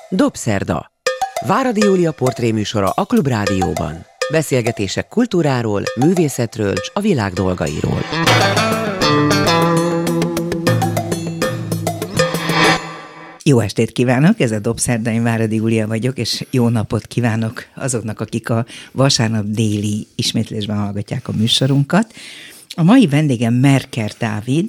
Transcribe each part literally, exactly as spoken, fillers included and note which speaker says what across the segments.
Speaker 1: Dobszerda. Váradi Júlia portréműsora a Klubrádióban. Beszélgetések kultúráról, művészetről és a világ dolgairól.
Speaker 2: Jó estét kívánok, ez a Dobszerda, én Váradi Júlia vagyok, és jó napot kívánok azoknak, akik a vasárnap déli ismétlésben hallgatják a műsorunkat. A mai vendégem Merker Dávid,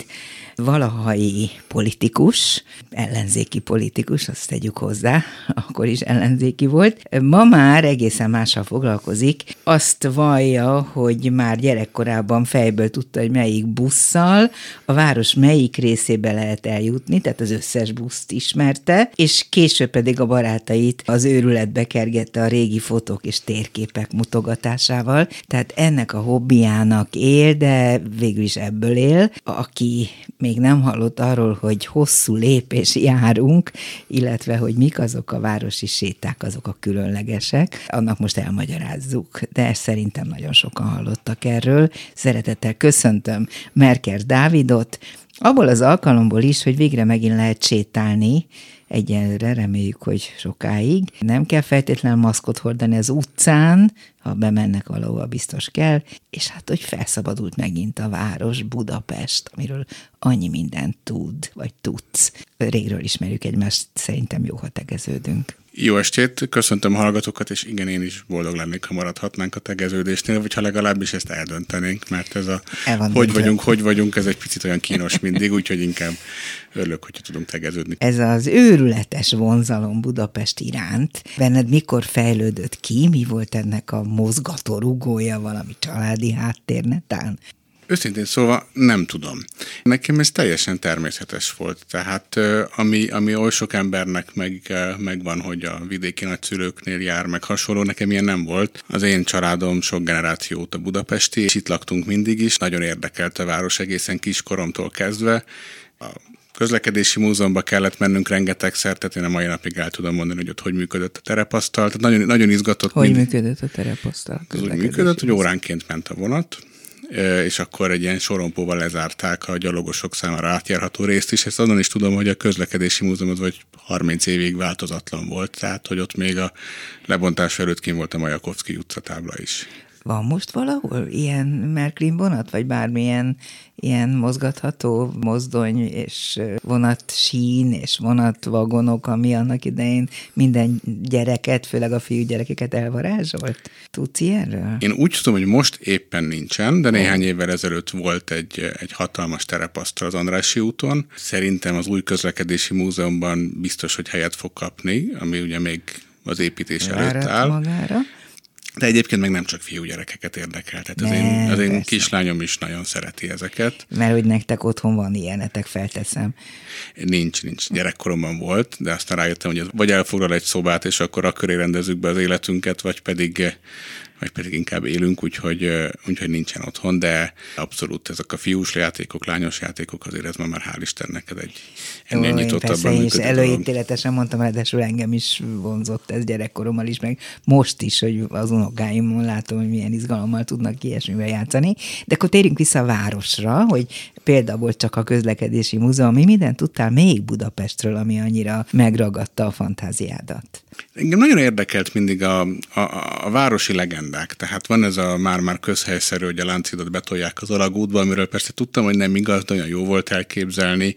Speaker 2: valahai politikus, ellenzéki politikus, azt tegyük hozzá, akkor is ellenzéki volt. Ma már egészen mással foglalkozik. Azt vallja, hogy már gyerekkorában fejből tudta, hogy melyik busszal, a város melyik részébe lehet eljutni, tehát az összes buszt ismerte, és később pedig a barátait az őrületbe kergette a régi fotók és térképek mutogatásával. Tehát ennek a hobbiának él, de végül is ebből él. Aki még nem hallott arról, hogy hosszú lépés járunk, illetve hogy mik azok a városi séták, azok a különlegesek, annak most elmagyarázzuk, de szerintem nagyon sokan hallottak erről. Szeretettel köszöntöm Merker Dávidot, abból az alkalomból is, hogy végre megint lehet sétálni, egyelőre reméljük, hogy sokáig. Nem kell feltétlenül maszkot hordani az utcán, ha bemennek valahova, biztos kell, és hát, hogy felszabadult megint a város, Budapest, amiről annyi mindent tud, vagy tudsz. Régről ismerjük egymást, szerintem jó, ha tegeződünk.
Speaker 3: Jó estét, köszöntöm a hallgatókat, és igen, én is boldog lennék, ha maradhatnánk a tegeződésnél, vagy ha legalábbis ezt eldöntenénk, mert ez a hogy vagyunk, hogy vagyunk, ez egy picit olyan kínos mindig, úgyhogy inkább örülök, hogyha tudunk tegeződni.
Speaker 2: Ez az őrületes vonzalom Budapest iránt, benned mikor fejlődött ki, mi volt ennek a mozgató rugója, valami családi háttér netán?
Speaker 3: Őszintén szóval nem tudom. Nekem ez teljesen természetes volt. Tehát ami, ami oly sok embernek meg, megvan, hogy a vidéki nagyszülőknél jár, meg hasonló, nekem ilyen nem volt. Az én családom sok generáció óta budapesti, és itt laktunk mindig is. Nagyon érdekelt a város egészen kiskoromtól kezdve. A közlekedési múzeumban kellett mennünk rengetegszer, tehát én a mai napig el tudom mondani, hogy ott hogy működött a terepasztal. Tehát nagyon, nagyon izgatott.
Speaker 2: Hogy
Speaker 3: mindig.
Speaker 2: működött a terepasztal?
Speaker 3: Az úgy működött, hogy óránként ment a vonat, és akkor egy ilyen sorompóval lezárták a gyalogosok számára átjárható részt is. Ezt azon is tudom, hogy a közlekedési múzeum az vagy harminc évig változatlan volt, tehát hogy ott még a lebontás előtt kint volt a Majakovszky utcatábla is.
Speaker 2: Van most valahol ilyen Märklin vonat, vagy bármilyen ilyen mozgatható mozdony és vonatsín és vonatvagonok, ami annak idején minden gyereket, főleg a fiúgyerekeket elvarázsolt? Tudsz ilyenről?
Speaker 3: Én úgy tudom, hogy most éppen nincsen, de néhány évvel ezelőtt volt egy, egy hatalmas terepasztal az Andrássy úton. Szerintem az új közlekedési múzeumban biztos, hogy helyet fog kapni, ami ugye még az építés előtt áll.
Speaker 2: Magára.
Speaker 3: De egyébként meg nem csak fiúgyerekeket érdekel. Tehát az,
Speaker 2: ne,
Speaker 3: én, az én
Speaker 2: persze.
Speaker 3: kislányom is nagyon szereti ezeket.
Speaker 2: Mert hogy nektek otthon van ilyenetek, felteszem.
Speaker 3: Nincs, nincs. Gyerekkoromban volt, de aztán rájöttem, hogy vagy elfoglal egy szobát, és akkor a köré rendezzük be az életünket, vagy pedig, vagy pedig inkább élünk, úgyhogy, úgyhogy nincsen otthon, de abszolút ezek a fiús játékok, lányos játékok, azért ez már hál' Istennek ez egy ennél nyitottabban
Speaker 2: működő.
Speaker 3: Persze,
Speaker 2: én is előítéletesen mondtam, ráadásul engem is vonzott ez gyerekkorommal is, meg most is, hogy az unokáimon látom, hogy milyen izgalommal tudnak ilyesmivel játszani. De akkor térjünk vissza a városra, hogy például csak a közlekedési múzeum, mi mindent tudtál még Budapestről, ami annyira megragadta a fantáziádat?
Speaker 3: Engem nagyon érdekelt mindig a, a, a városi legendák, tehát van ez a már-már közhelyszerű, hogy a Lánchidat betolják az alagútba, amiről persze tudtam, hogy nem igaz, de olyan jó volt elképzelni.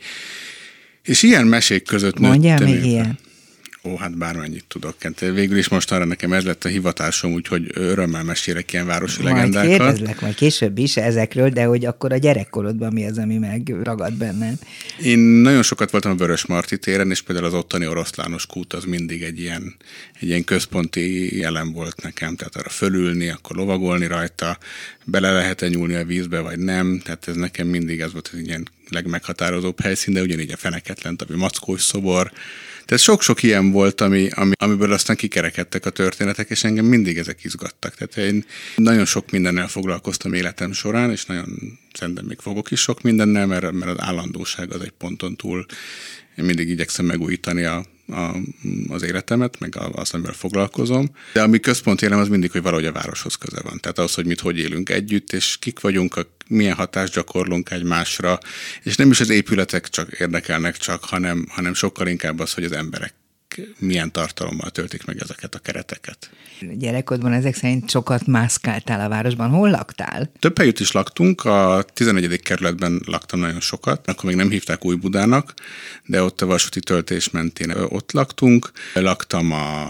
Speaker 3: És ilyen mesék között
Speaker 2: Mondjál
Speaker 3: nőttem.
Speaker 2: még ilyen.
Speaker 3: Ó, hát bármennyit tudok. Végül is mostanra nekem ez lett a hivatásom, úgyhogy örömmel mesélek ilyen városi
Speaker 2: majd
Speaker 3: legendákat.
Speaker 2: Majd kérdezlek majd később is ezekről, de hogy akkor a gyerekkorodban mi az, ami megragad benned?
Speaker 3: Én nagyon sokat voltam a Vörösmarty téren, és például az ottani oroszlános kút az mindig egy ilyen, egy ilyen központi elem volt nekem, tehát arra fölülni, akkor lovagolni rajta, bele lehet-e nyúlni a vízbe, vagy nem, tehát ez nekem mindig ez volt az ilyen legmeghatározóbb helyszín, de ugyanígy a Feneketlent, ami Mackós szobor. Tehát sok-sok ilyen volt, ami, ami, amiből aztán kikerekedtek a történetek, és engem mindig ezek izgattak. Tehát én nagyon sok mindennel foglalkoztam életem során, és nagyon szerintem még fogok is sok mindennel, mert, mert az állandóság az egy ponton túl. Én mindig igyekszem megújítani a, a, az életemet, meg azt, amivel foglalkozom. De ami központi élem, az mindig, hogy valahogy a városhoz köze van. Tehát az, hogy mit hogy élünk együtt, és kik vagyunk, a, milyen hatást gyakorlunk egymásra. És nem is az épületek csak érdekelnek csak, hanem, hanem sokkal inkább az, hogy az emberek milyen tartalommal töltik meg ezeket a kereteket.
Speaker 2: Gyerekkodban ezek szerint sokat mászkáltál a városban. Hol laktál?
Speaker 3: Több helyütt is laktunk, a tizenegyedik kerületben laktam nagyon sokat, akkor még nem hívták Újbudának, de ott a vasúti töltés mentén ott laktunk. Laktam a,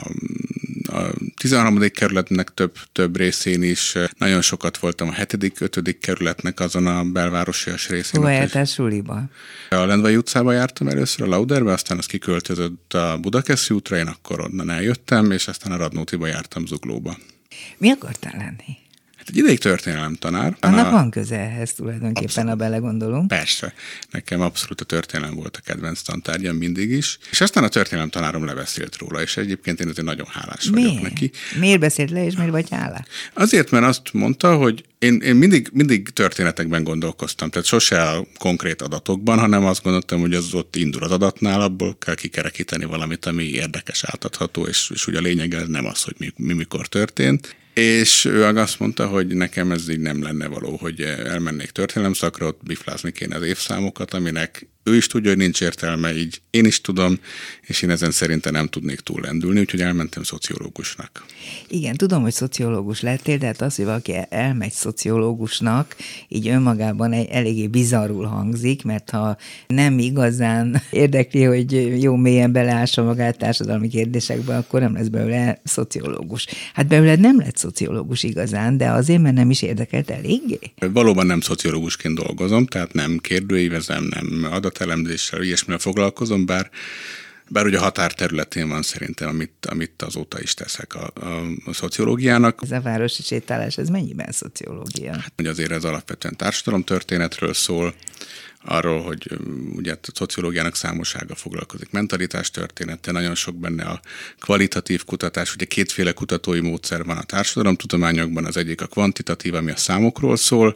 Speaker 3: a tizenharmadik kerületnek több, több részén is, nagyon sokat voltam a hetedik, ötödik kerületnek azon a belvárosias részén.
Speaker 2: Hova jártál suliba?
Speaker 3: A Lendvai utcába jártam először, a Lauderbe, aztán az kiköltözött a Budakeszi útra, én akkor onnan eljöttem, és aztán a Radnótiba jártam Zuglóba.
Speaker 2: Mi akartál lenni?
Speaker 3: Hát egy ideig történelemtanár.
Speaker 2: Annak
Speaker 3: a...
Speaker 2: van köze ehhez tulajdonképpen, abszolút. Ha belegondolunk.
Speaker 3: Persze. Nekem abszolút a történelem volt a kedvenc tantárgyam mindig is. És aztán a történelemtanárom leveszélt róla, és egyébként én azért nagyon hálás
Speaker 2: Miért?
Speaker 3: vagyok neki.
Speaker 2: Miért beszélt le, és miért vagy hálás?
Speaker 3: Azért, mert azt mondta, hogy én, én mindig, mindig történetekben gondolkoztam, tehát sose a konkrét adatokban, hanem azt gondoltam, hogy az ott indul az adatnál, abból kell kikerekíteni valamit, ami érdekes, átadható, és, és ugye a lényeg nem az, hogy mi, mi mikor történt. És ő azt mondta, hogy nekem ez így nem lenne való, hogy elmennék történelemszakra, ott biflázni kéne az évszámokat, aminek ő is tudja, hogy nincs értelme, így én is tudom, és én ezen szerintem nem tudnék túllendülni, úgyhogy elmentem szociológusnak.
Speaker 2: Igen, tudom, hogy szociológus lettél, de hát az, hogy valaki elmegy szociológusnak, így önmagában egy eléggé bizarrul hangzik, mert ha nem igazán érdekli, hogy jó mélyen beleássa magát társadalmi kérdésekbe, akkor nem lesz belőle szociológus. Hát belőled nem lett szociológus igazán, de azért, mert nem is érdekelt eléggé?
Speaker 3: Valóban nem szociológusként dolgozom, tehát nem kérdőívezem, nem adatelemzéssel, ilyesmivel foglalkozom, bár, bár ugye a határterületén van szerintem, amit, amit azóta is teszek a, a, a szociológiának.
Speaker 2: Ez a városi sétálás, ez mennyiben szociológia?
Speaker 3: Hát, hogy azért ez alapvetően társadalomtörténetről szól, arról, hogy ugye a szociológiának számosága foglalkozik mentalitástörténettel, nagyon sok benne a kvalitatív kutatás, ugye kétféle kutatói módszer van a társadalomtudományokban, az egyik a kvantitatív, ami a számokról szól,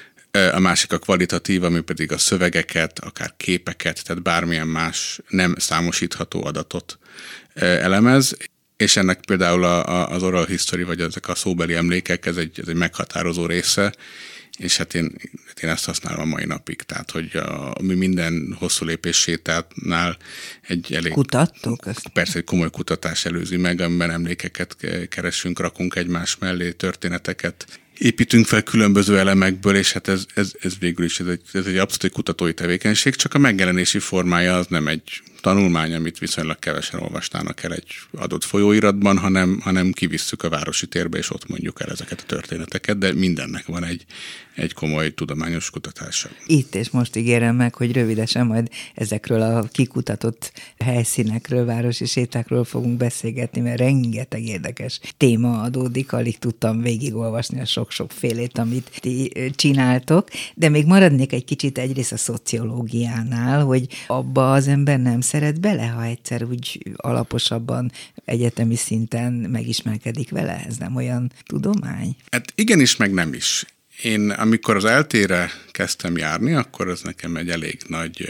Speaker 3: a másik a kvalitatív, ami pedig a szövegeket, akár képeket, tehát bármilyen más nem számosítható adatot elemez, és ennek például a, a, az oral history, vagy ezek a szóbeli emlékek, ez egy, ez egy meghatározó része, és hát én, én ezt használom a mai napig, tehát hogy a, mi minden hosszú lépés sétátnál egy elég...
Speaker 2: Kutattok?
Speaker 3: Persze, egy komoly kutatás előzi meg, amiben emlékeket keresünk, rakunk egymás mellé, történeteket, építünk fel különböző elemekből, és hát ez, ez, ez végül is ez egy, ez egy abszolút kutatói tevékenység, csak a megjelenési formája az nem egy tanulmány, amit viszonylag kevesen olvasnának el egy adott folyóiratban, hanem, hanem kivisszük a városi térbe, és ott mondjuk el ezeket a történeteket, de mindennek van egy, egy komoly tudományos kutatása.
Speaker 2: Itt és most ígérem meg, hogy rövidesen majd ezekről a kikutatott helyszínekről, városi sétákról fogunk beszélgetni, mert rengeteg érdekes téma adódik, alig tudtam végigolvasni a sok-sok félét, amit ti csináltok, de még maradnék egy kicsit egyrészt a szociológiánál, hogy abba az ember nem szeret bele, ha egyszer úgy alaposabban egyetemi szinten megismerkedik vele? Ez nem olyan tudomány?
Speaker 3: Hát igenis, meg nem is. Én amikor az eltére kezdtem járni, akkor ez nekem egy elég nagy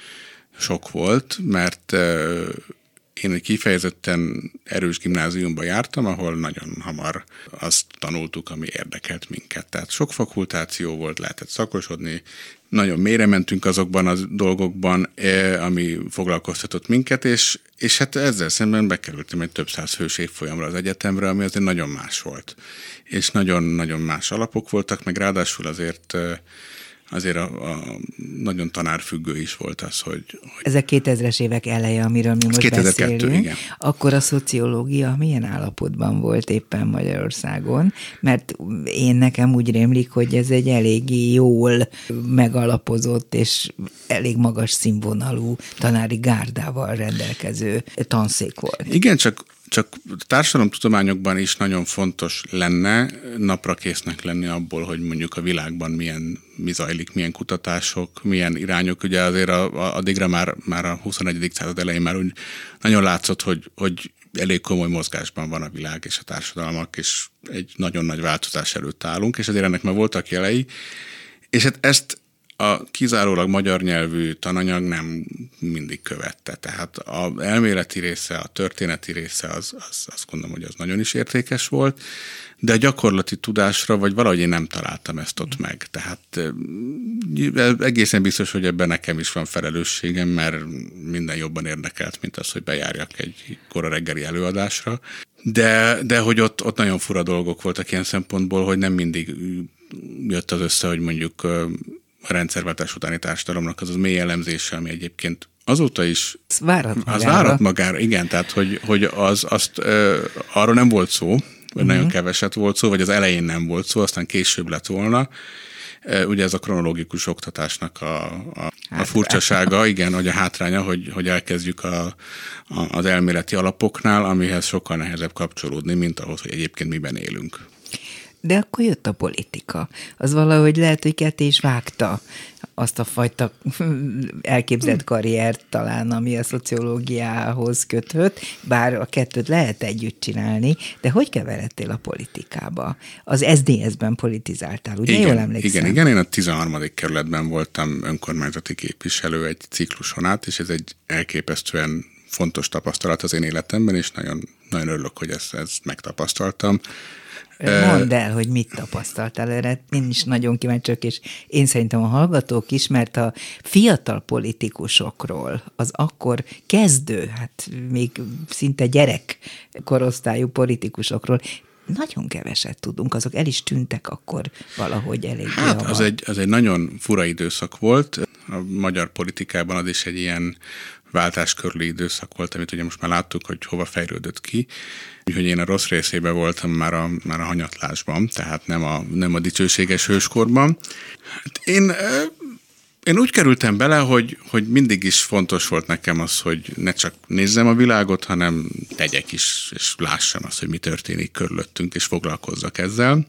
Speaker 3: sok volt, mert én egy kifejezetten erős gimnáziumba jártam, ahol nagyon hamar azt tanultuk, ami érdekelt minket. Tehát sok fakultáció volt, lehetett szakosodni, nagyon mélyre mentünk azokban a dolgokban, ami foglalkoztatott minket, és, és hát ezzel szemben bekerültem egy több száz fős évfolyamra az egyetemre, ami azért nagyon más volt. És nagyon-nagyon más alapok voltak, meg ráadásul azért azért a, a nagyon tanárfüggő is volt az, hogy... hogy
Speaker 2: ezek kétezres évek eleje, amiről mi most
Speaker 3: kétezer-kettő,
Speaker 2: beszélünk.
Speaker 3: Igen.
Speaker 2: Akkor a szociológia milyen állapotban volt éppen Magyarországon? Mert én nekem úgy rémlik, hogy ez egy eléggé jól megalapozott és elég magas színvonalú tanári gárdával rendelkező tanszék volt.
Speaker 3: Igen, csak Csak társadalomtudományokban is nagyon fontos lenne naprakésznek lenni abból, hogy mondjuk a világban milyen, mi zajlik, milyen kutatások, milyen irányok. Ugye azért a, a, addigra már, már a huszonegyedik század elején már úgy nagyon látszott, hogy, hogy elég komoly mozgásban van a világ és a társadalmak, és egy nagyon nagy változás előtt állunk, és azért ennek már voltak jelei. És hát ezt a kizárólag magyar nyelvű tananyag nem mindig követte. Tehát az elméleti része, a történeti része, az, az, azt gondolom, hogy az nagyon is értékes volt, de a gyakorlati tudásra, vagy valahogy én nem találtam ezt ott meg. Tehát egészen biztos, hogy ebben nekem is van felelősségem, mert minden jobban érdekelt, mint az, hogy bejárjak egy kora reggeli előadásra. De, de hogy ott, ott nagyon fura dolgok voltak ilyen szempontból, hogy nem mindig jött az össze, hogy mondjuk a rendszerváltás utáni társadalomnak az az mély elemzése, ami egyébként azóta is
Speaker 2: az várat magára.
Speaker 3: Az várat magára, igen, tehát hogy, hogy az, azt uh, arról nem volt szó, vagy uh-huh. nagyon keveset volt szó, vagy az elején nem volt szó, aztán később lett volna. Uh, ugye ez a kronológikus oktatásnak a, a, a furcsasága, igen, hogy a hátránya, hogy, hogy elkezdjük a, a, az elméleti alapoknál, amihez sokkal nehezebb kapcsolódni, mint ahhoz, hogy egyébként miben élünk.
Speaker 2: De akkor jött a politika. Az valahogy lehet, hogy ketté is vágta azt a fajta elképzelt karriert talán, ami a szociológiához kötött, bár a kettőt lehet együtt csinálni, de hogy keveredtél a politikába? Az es dé es-ben politizáltál, ugye?
Speaker 3: Igen,
Speaker 2: jól emlékszem?
Speaker 3: Igen, igen, én a tizenharmadik kerületben voltam önkormányzati képviselő egy cikluson át, és ez egy elképesztően fontos tapasztalat az én életemben, és nagyon, nagyon örülök, hogy ezt, ezt megtapasztaltam.
Speaker 2: Mondd el, hogy mit tapasztaltál erre. Én is nagyon kíváncsiak, és én szerintem a hallgatók is, mert a fiatal politikusokról, az akkor kezdő, hát még szinte gyerek korosztályú politikusokról nagyon keveset tudunk, azok el is tűntek akkor valahogy elég.
Speaker 3: Hát az egy, az egy nagyon fura időszak volt. A magyar politikában az is egy ilyen váltás körüli időszak volt, amit ugye most már láttuk, hogy hova fejlődött ki. Úgyhogy én a rossz részében voltam már a, már a hanyatlásban, tehát nem a, nem a dicsőséges hőskorban. Hát én, én úgy kerültem bele, hogy, hogy mindig is fontos volt nekem az, hogy ne csak nézzem a világot, hanem tegyek is, és lássam azt, hogy mi történik körülöttünk, és foglalkozzak ezzel.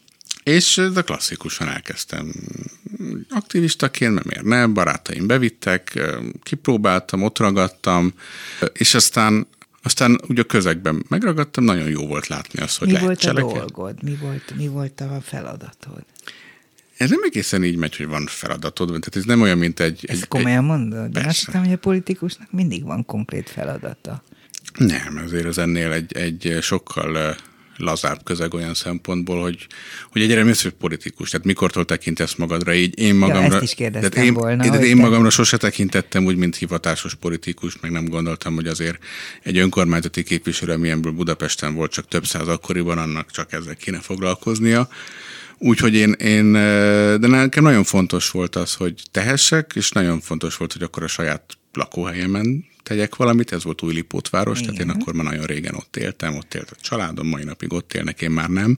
Speaker 3: És ez a klasszikusan elkezdtem aktivistaként, mert miért nem, barátaim bevittek, kipróbáltam, ott ragadtam, és aztán, aztán ugye a közegben megragadtam, nagyon jó volt látni azt, hogy
Speaker 2: mi
Speaker 3: lehet
Speaker 2: volt
Speaker 3: cselekedni.
Speaker 2: Mi volt a dolgod? Mi volt, mi volt a feladatod?
Speaker 3: Ez nem egészen így megy, hogy van feladatod, tehát ez nem olyan, mint egy...
Speaker 2: Ezt
Speaker 3: egy,
Speaker 2: komolyan
Speaker 3: egy,
Speaker 2: mondod? Én azt hittem, hogy a politikusnak mindig van konkrét feladata.
Speaker 3: Nem, azért az ennél egy, egy sokkal lazább közeg olyan szempontból, hogy, hogy egy remélhető politikus, tehát mikortól tekintesz magadra így, én magamra...
Speaker 2: Ja, ezt is kérdeztem
Speaker 3: én,
Speaker 2: volna.
Speaker 3: Én, én
Speaker 2: te...
Speaker 3: magamra sose tekintettem úgy, mint hivatásos politikus, meg nem gondoltam, hogy azért egy önkormányzati képviselő, amilyenből Budapesten volt csak több száz akkoriban, annak csak ezzel kéne foglalkoznia. Úgyhogy én, én, de nekem nagyon fontos volt az, hogy tehessek, és nagyon fontos volt, hogy akkor a saját lakóhelyemen tegyek valamit, ez volt Újlipótváros, igen. Tehát én akkor már nagyon régen ott éltem, ott élt a családom, mai napig ott élnek, én már nem.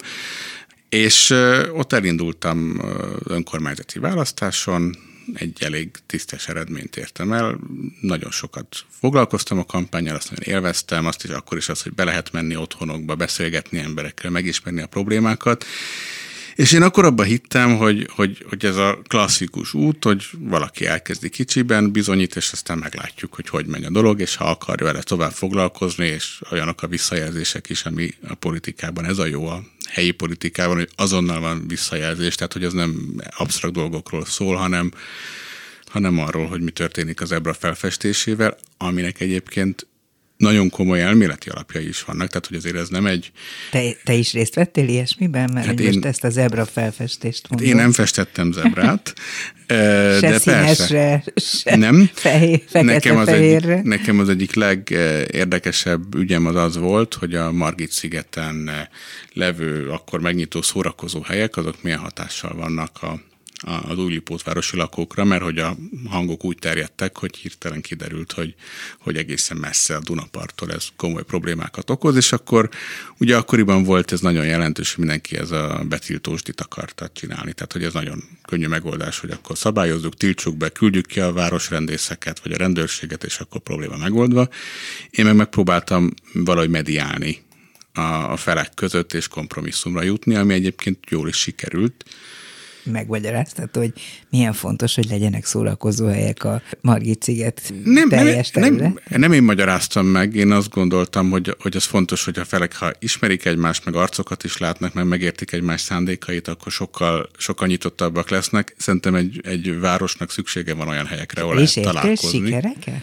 Speaker 3: És ott elindultam önkormányzati választáson, egy elég tisztes eredményt értem el, nagyon sokat foglalkoztam a kampánnyal, azt nagyon élveztem, azt is akkor is az, hogy be lehet menni otthonokba, beszélgetni emberekkel, megismerni a problémákat. És én akkor abban hittem, hogy, hogy, hogy ez a klasszikus út, hogy valaki elkezdi kicsiben, bizonyít, és aztán meglátjuk, hogy hogy megy a dolog, és ha akar vele tovább foglalkozni, és olyanok a visszajelzések is, ami a politikában, ez a jó a helyi politikában, hogy azonnal van visszajelzés, tehát hogy az nem absztrakt dolgokról szól, hanem, hanem arról, hogy mi történik az ebra felfestésével, aminek egyébként nagyon komoly elméleti alapjai is vannak, tehát hogy azért ez nem egy...
Speaker 2: Te, te is részt vettél ilyesmiben? Mert hát én, most ezt a zebra felfestést mondod.
Speaker 3: Én nem festettem zebrát,
Speaker 2: se
Speaker 3: de
Speaker 2: színesre,
Speaker 3: persze.
Speaker 2: Se
Speaker 3: nem.
Speaker 2: Fehér,
Speaker 3: nekem, az
Speaker 2: fehérre.
Speaker 3: egyik, nekem az egyik legérdekesebb ügyem az az volt, hogy a Margit-szigeten levő, akkor megnyitó szórakozó helyek, azok milyen hatással vannak a az Újlipótvárosi lakókra, mert hogy a hangok úgy terjedtek, hogy hirtelen kiderült, hogy, hogy egészen messze a Dunaparttól ez komoly problémákat okoz, és akkor ugye akkoriban volt ez nagyon jelentős, hogy mindenki ez a betiltósdit akarta csinálni, tehát hogy ez nagyon könnyű megoldás, hogy akkor szabályozzuk, tiltsuk be, küldjük ki a városrendészeket, vagy a rendőrséget, és akkor probléma megoldva. Én meg megpróbáltam valahogy mediálni a, a felek között, és kompromisszumra jutni, ami egyébként jól is sikerült.
Speaker 2: megmagyaráztad, hogy milyen fontos, hogy legyenek szórakozó helyek a Margit-sziget
Speaker 3: nem,
Speaker 2: teljes
Speaker 3: nem,
Speaker 2: terület?
Speaker 3: nem, nem én magyaráztam meg, én azt gondoltam, hogy, hogy az fontos, hogy a felek, ha ismerik egymást, meg arcokat is látnak, meg megértik egymás szándékait, akkor sokkal, sokkal nyitottabbak lesznek. Szerintem egy, egy városnak szüksége van olyan helyekre, ahol lehet találkozni.
Speaker 2: És sikereket?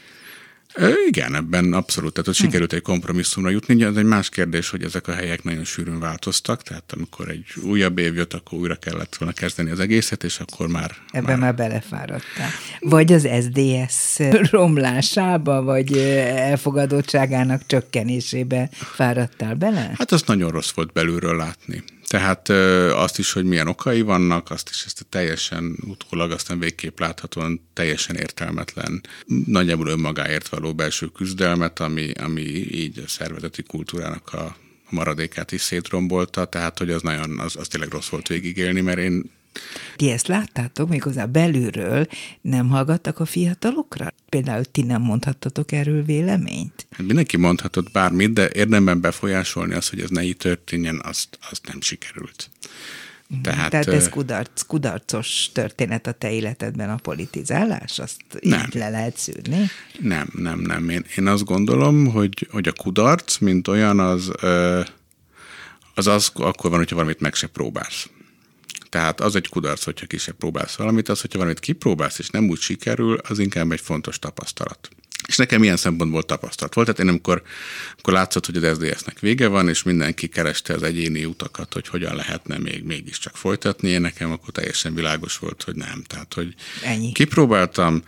Speaker 3: Igen, ebben abszolút, tehát hogy hm. sikerült egy kompromisszumra jutni. Ez egy más kérdés, hogy ezek a helyek nagyon sűrűn változtak, tehát amikor egy újabb év jött, akkor újra kellett volna kezdeni az egészet, és akkor már...
Speaker 2: Ebben már, már belefáradtál. Vagy az es zé dé es romlásába, vagy elfogadottságának csökkenésébe fáradtál bele?
Speaker 3: Hát azt nagyon rossz volt belülről látni. Tehát ö, azt is, hogy milyen okai vannak, azt is ezt a teljesen utólag, aztán végképp láthatóan teljesen értelmetlen, nagyjából önmagáért való belső küzdelmet, ami, ami így a szervezeti kultúrának a maradékát is szétrombolta, tehát hogy az nagyon, az, az tényleg rossz volt végigélni, mert én...
Speaker 2: Ti ezt láttátok, méghozzá belülről nem hallgattak a fiatalokra? Például ti nem mondhattatok erről véleményt?
Speaker 3: Hát mindenki mondhatott bármit, de érdemben befolyásolni azt, hogy ez ne így történjen, azt, azt nem sikerült.
Speaker 2: Tehát, Tehát ez kudarc, kudarcos történet a te életedben, a politizálás? Azt nem. Így le lehet szűrni?
Speaker 3: Nem, nem, nem. Én, én azt gondolom, hogy, hogy a kudarc, mint olyan, az, az, az akkor van, hogyha valamit meg se próbálsz. Tehát az egy kudarc, hogyha ki se próbálsz valamit, az, hogyha valamit kipróbálsz, és nem úgy sikerül, az inkább egy fontos tapasztalat. És nekem ilyen szempontból tapasztalat volt. Tehát én amikor, amikor látszott, hogy az es zé dé es-nek vége van, és mindenki kereste az egyéni utakat, hogy hogyan lehetne még mégiscsak folytatni, én nekem akkor teljesen világos volt, hogy nem. Tehát, hogy
Speaker 2: ennyi.
Speaker 3: Kipróbáltam,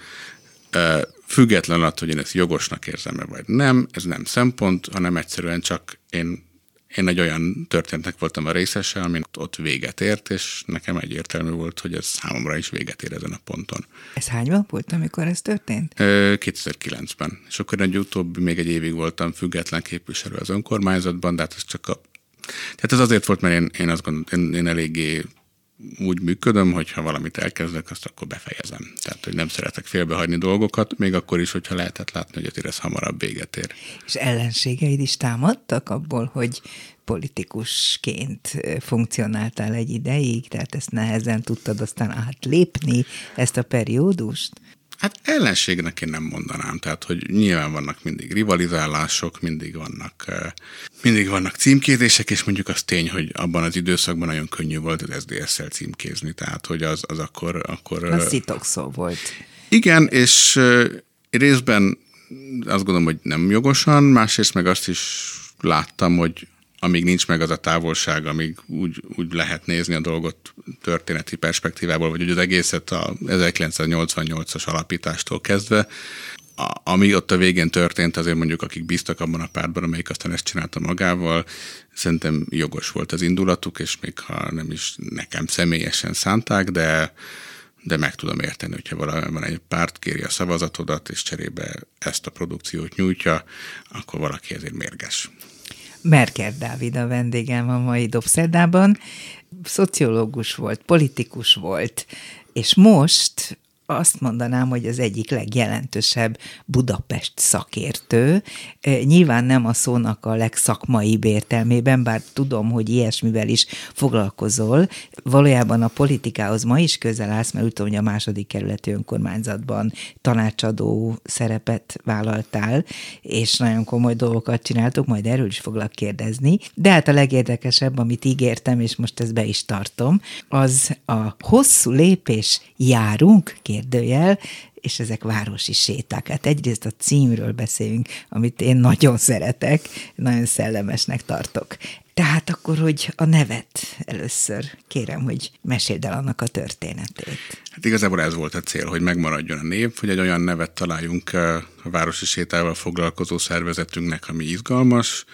Speaker 3: függetlenül attól, hogy én ezt jogosnak érzem-e vagy nem, ez nem szempont, hanem egyszerűen csak én Én egy olyan történetnek voltam a részese, ami ott véget ért, és nekem egyértelmű volt, hogy ez számomra is véget ér ezen a ponton.
Speaker 2: Ez hányban volt, amikor ez történt?
Speaker 3: kétezer-kilencben. És akkor egy utóbbi, még egy évig voltam független képviselő az önkormányzatban, de hát ez csak a... Tehát ez azért volt, mert én, én azt gondolom, én, én eléggé úgy működöm, hogy ha valamit elkezdek, azt akkor befejezem. Tehát, hogy nem szeretek félbehagyni dolgokat, még akkor is, hogyha lehetett látni, hogy azért ez hamarabb véget ér.
Speaker 2: És ellenségeid is támadtak abból, hogy politikusként funkcionáltál egy ideig, tehát ezt nehezen tudtad aztán átlépni, ezt a periódust?
Speaker 3: Hát ellenségnek én nem mondanám, tehát hogy nyilván vannak mindig rivalizálások, mindig vannak, mindig vannak címkézések, és mondjuk az tény, hogy abban az időszakban nagyon könnyű volt az es zé dé es-szel címkézni, tehát hogy az, az akkor... akkor
Speaker 2: az szitokszó volt.
Speaker 3: Igen, és részben azt gondolom, hogy nem jogosan, másrészt meg azt is láttam, hogy amíg nincs meg az a távolság, amíg úgy, úgy lehet nézni a dolgot történeti perspektívából, vagy hogy az egészet a ezerkilencszáznyolcvannyolcas alapítástól kezdve, a, ami ott a végén történt, azért mondjuk akik bíztak abban a pártban, amelyik aztán ezt csinálta magával, szerintem jogos volt az indulatuk, és még ha nem is nekem személyesen szánták, de, de meg tudom érteni, hogyha valami egy párt kéri a szavazatodat, és cserébe ezt a produkciót nyújtja, akkor valaki ezért mérges.
Speaker 2: Merker Dávid a vendégem a mai Dobszerdában. Szociológus volt, politikus volt, és most azt mondanám, hogy az egyik legjelentősebb Budapest szakértő. Nyilván nem a szónak a legszakmaibb értelmében, bár tudom, hogy ilyesmivel is foglalkozol. Valójában a politikához ma is közel állsz, mert úgy tudom, hogy a második kerületi önkormányzatban tanácsadó szerepet vállaltál, és nagyon komoly dolgokat csináltok, majd erről is foglak kérdezni. De hát a legérdekesebb, amit ígértem, és most ezt be is tartom, az a hosszú lépés járunk, kérdőjel, és ezek városi séták. Hát egyrészt a címről beszélünk, amit én nagyon szeretek, nagyon szellemesnek tartok. Tehát akkor, hogy a nevet először kérem, hogy meséld el annak a történetét.
Speaker 3: Hát igazából ez volt a cél, hogy megmaradjon a név, hogy egy olyan nevet találjunk a városi sétával foglalkozó szervezetünknek, ami izgalmas,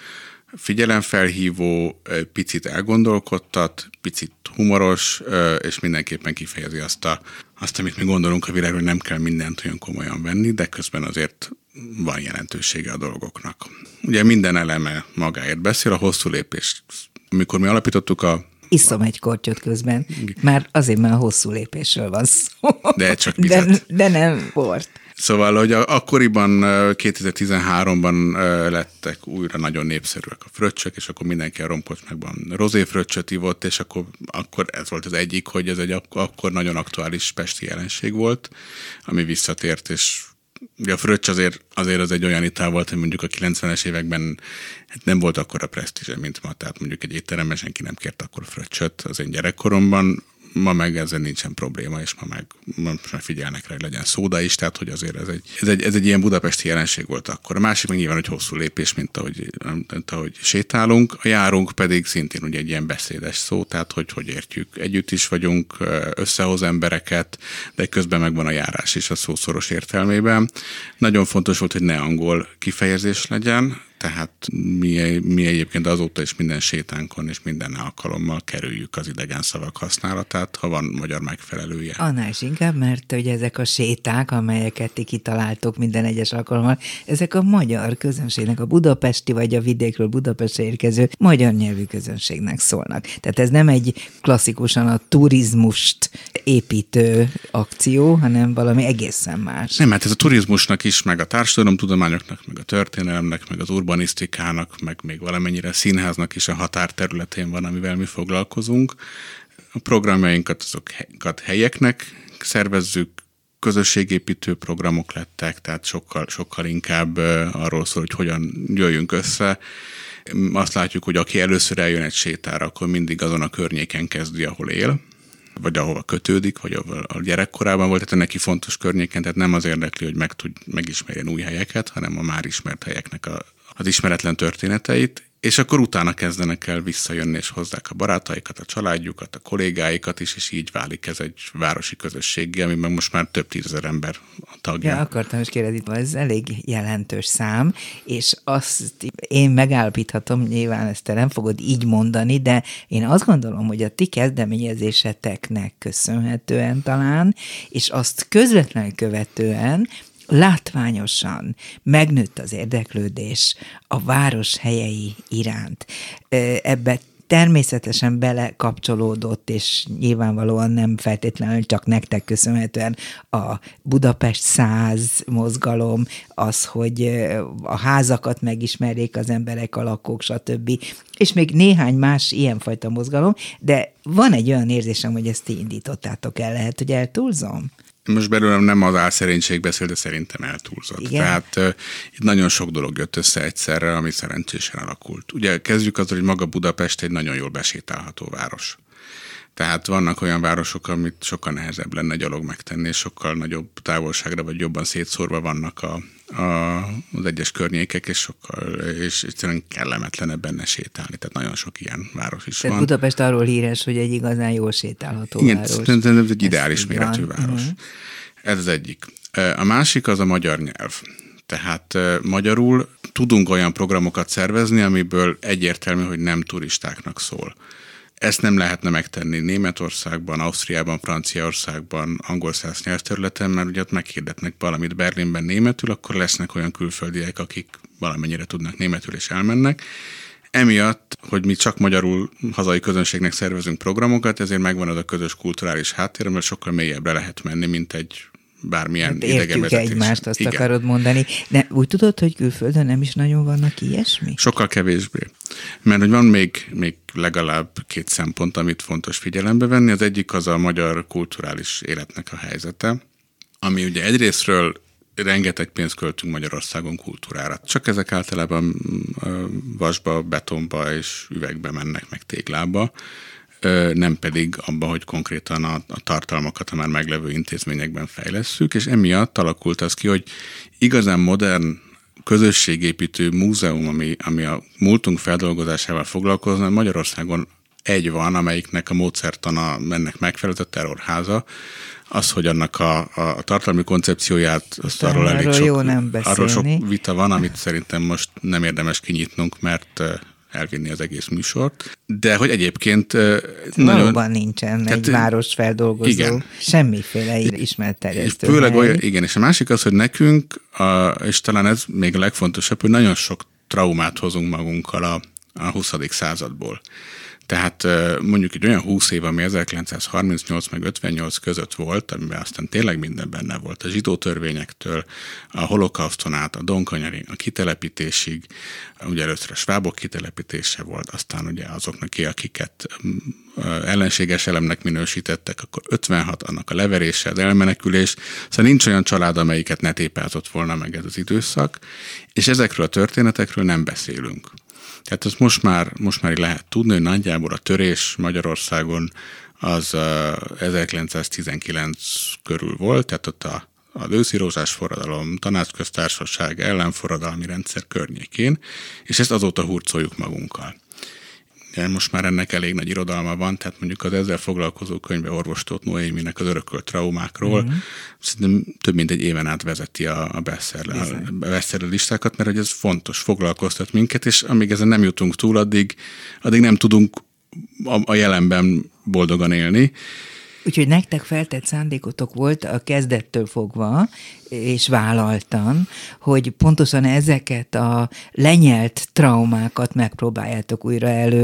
Speaker 3: figyelemfelhívó, picit elgondolkodtat, picit humoros, és mindenképpen kifejezi azt, a, azt, amit mi gondolunk a világról, hogy nem kell mindent olyan komolyan venni, de közben azért van jelentősége a dolgoknak. Ugye minden eleme magáért beszél, a hosszú lépés. Amikor mi alapítottuk a...
Speaker 2: Iszom egy kortyot közben, már azért, mert a hosszú lépésről van szó.
Speaker 3: De csak vizet.
Speaker 2: De, de nem bort.
Speaker 3: Szóval, hogy akkoriban kétezer-tizenháromban lettek újra nagyon népszerűek a fröccsök, és akkor mindenki a romkocsmákban rozé fröccsöt ivott, és akkor, akkor ez volt az egyik, hogy ez egy akkor nagyon aktuális pesti jelenség volt, ami visszatért, és ugye a fröccs azért, azért az egy olyan ital volt, hogy mondjuk a kilencvenes években hát nem volt akkora presztízse, mint ma, tehát mondjuk egy étteremben senki nem kért akkor fröccsöt az én gyerekkoromban. Ma meg ezzel nincsen probléma, és ma meg, ma meg figyelnek rá, hogy legyen szóda is, tehát hogy azért ez egy, ez egy, ez egy ilyen budapesti jelenség volt akkor. A másik meg nyilván, hogy hosszú lépés, mint ahogy, mint ahogy sétálunk, a járunk pedig szintén ugye egy ilyen beszédes szó, tehát hogy hogy értjük, együtt is vagyunk, összehoz embereket, de közben megvan a járás is a szó szoros értelmében. Nagyon fontos volt, hogy ne angol kifejezés legyen, tehát mi, mi egyébként azóta is minden sétánkon és minden alkalommal kerüljük az idegen szavak használatát, ha van magyar megfelelője.
Speaker 2: Annál is inkább, mert hogy ezek a séták, amelyeket ti kitaláltok minden egyes alkalommal, ezek a magyar közönségnek, a budapesti vagy a vidékről Budapestre érkező magyar nyelvű közönségnek szólnak. Tehát ez nem egy klasszikusan a turizmust építő akció, hanem valami egészen más.
Speaker 3: Nem, hát ez a turizmusnak is, meg a társadalomtudományoknak, meg a történelemnek, meg az urbanisztikának, meg még valamennyire színháznak is a határterületén van, amivel mi foglalkozunk. A programjainkat azokat helyeknek szervezzük, közösségépítő programok lettek, tehát sokkal, sokkal inkább arról szól, hogy hogyan jöjjünk össze. Azt látjuk, hogy aki először eljön egy sétára, akkor mindig azon a környéken kezdi, ahol él, vagy ahova kötődik, vagy ahol a gyerekkorában volt, tehát neki fontos környéken, tehát nem az érdekli, hogy meg tud, megismerjen új helyeket, hanem a már ismert helyeknek a, az ismeretlen történeteit, és akkor utána kezdenek el visszajönni, és hozzák a barátaikat, a családjukat, a kollégáikat is, és így válik ez egy városi közösséggé, amiben most már több tízezer ember a tagja.
Speaker 2: Ja, akartam is kérdezni, ez elég jelentős szám, és azt én megállapíthatom, nyilván ezt te nem fogod így mondani, de én azt gondolom, hogy a ti kezdeményezéseteknek köszönhetően talán, és azt közvetlenül követően látványosan megnőtt az érdeklődés a város helyei iránt. Ebbe természetesen belekapcsolódott, és nyilvánvalóan nem feltétlenül csak nektek köszönhetően a Budapest száz mozgalom, az, hogy a házakat megismerjék az emberek, a lakók, stb. És még néhány más ilyenfajta mozgalom, de van egy olyan érzésem, hogy ezt ti indítottátok el, lehet, hogy eltúlzom?
Speaker 3: Most belőlem nem az álszerénység beszél, de szerintem eltúlzott. Igen. Tehát uh, itt nagyon sok dolog jött össze egyszerre, ami szerencsésen alakult. Ugye kezdjük azzal, hogy maga Budapest egy nagyon jól besétálható város. Tehát vannak olyan városok, amit sokkal nehezebb lenne gyalog megtenni, és sokkal nagyobb távolságra, vagy jobban szétszórva vannak a, a, az egyes környékek, és sokkal, és egyszerűen kellemetlenebb benne sétálni. Tehát nagyon sok ilyen város is
Speaker 2: Tehát
Speaker 3: van.
Speaker 2: Budapest arról híres, hogy egy igazán jól sétálható
Speaker 3: Igen,
Speaker 2: város.
Speaker 3: Igen, ez egy ideális méretű
Speaker 2: van.
Speaker 3: város.
Speaker 2: Uh-huh.
Speaker 3: Ez az egyik. A másik az a magyar nyelv. Tehát magyarul tudunk olyan programokat szervezni, amiből egyértelmű, hogy nem turistáknak szól. Ezt nem lehetne megtenni Németországban, Ausztriában, Franciaországban, angol-szász nyelvterületen, mert ugye ott meghirdetnek valamit Berlinben németül, akkor lesznek olyan külföldiek, akik valamennyire tudnak németül és elmennek. Emiatt, hogy mi csak magyarul hazai közönségnek szervezünk programokat, ezért megvan az a közös kulturális háttér, mert sokkal mélyebbre lehet menni, mint egy bármilyen
Speaker 2: hát
Speaker 3: idegen vezetés.
Speaker 2: Értjük egymást, azt
Speaker 3: Igen.
Speaker 2: akarod mondani. De úgy tudod, hogy külföldön nem is nagyon vannak ilyesmi?
Speaker 3: Sokkal kevésbé. Mert hogy van még, még legalább két szempont, amit fontos figyelembe venni. Az egyik az a magyar kulturális életnek a helyzete, ami ugye egyrésztről rengeteg pénzt költünk Magyarországon kultúrára. Csak ezek általában vasba, betonba és üvegbe mennek, meg téglába, nem pedig abba, hogy konkrétan a, a tartalmakat a már meglevő intézményekben fejlesszük, és emiatt alakult az ki, hogy igazán modern közösségépítő múzeum, ami, ami a múltunk feldolgozásával foglalkozna, Magyarországon egy van, amelyiknek a módszertana ennek megfelelő, a Terrorháza. Az, hogy annak a, a tartalmi koncepcióját, azt arról elég
Speaker 2: arról
Speaker 3: sok,
Speaker 2: jó nem
Speaker 3: arról sok vita van, amit szerintem most nem érdemes kinyitnunk, mert elvinni az egész műsort. De hogy egyébként
Speaker 2: valóban nagyon, nincsen tehát, egy városfeldolgozó,
Speaker 3: igen.
Speaker 2: Semmiféle ismert terjesztő.
Speaker 3: Főleg olyan, igen, és a másik az, hogy nekünk, a, és talán ez még a legfontosabb, hogy nagyon sok traumát hozunk magunkkal a, a huszadik századból. Tehát mondjuk egy olyan húsz év, ami ezerkilencszázharmincnyolc meg ötvennyolc között volt, amiben aztán tényleg minden benne volt, a zsidó törvényektől, a holokauszton át, a Donkanyari, a kitelepítésig, ugye először a svábok kitelepítése volt, aztán ugye azoknak, akiket ellenséges elemnek minősítettek, akkor ötvenhat, annak a leverése, az elmenekülés, szóval nincs olyan család, amelyiket ne tépázott volna meg ez az időszak, és ezekről a történetekről nem beszélünk. Tehát azt most már, most már lehet tudni, hogy nagyjából a törés Magyarországon az ezerkilencszáztizenkilenc körül volt, tehát ott a, az őszi rózsás forradalom, tanácsköztársaság, ellenforradalmi rendszer környékén, és ezt azóta hurcoljuk magunkkal. Most már ennek elég nagy irodalma van, tehát mondjuk az ezzel foglalkozó könyve Orvos Tóth Noéminek az örökölt traumákról, mm-hmm. szerintem több mint egy éven át vezeti a, a bestseller, a bestseller listákat, mert hogy ez fontos, foglalkoztat minket, és amíg ezen nem jutunk túl, addig, addig nem tudunk a, a jelenben boldogan élni.
Speaker 2: Úgyhogy nektek feltett szándékotok volt a kezdettől fogva, és vállaltan, hogy pontosan ezeket a lenyelt traumákat megpróbáljátok újra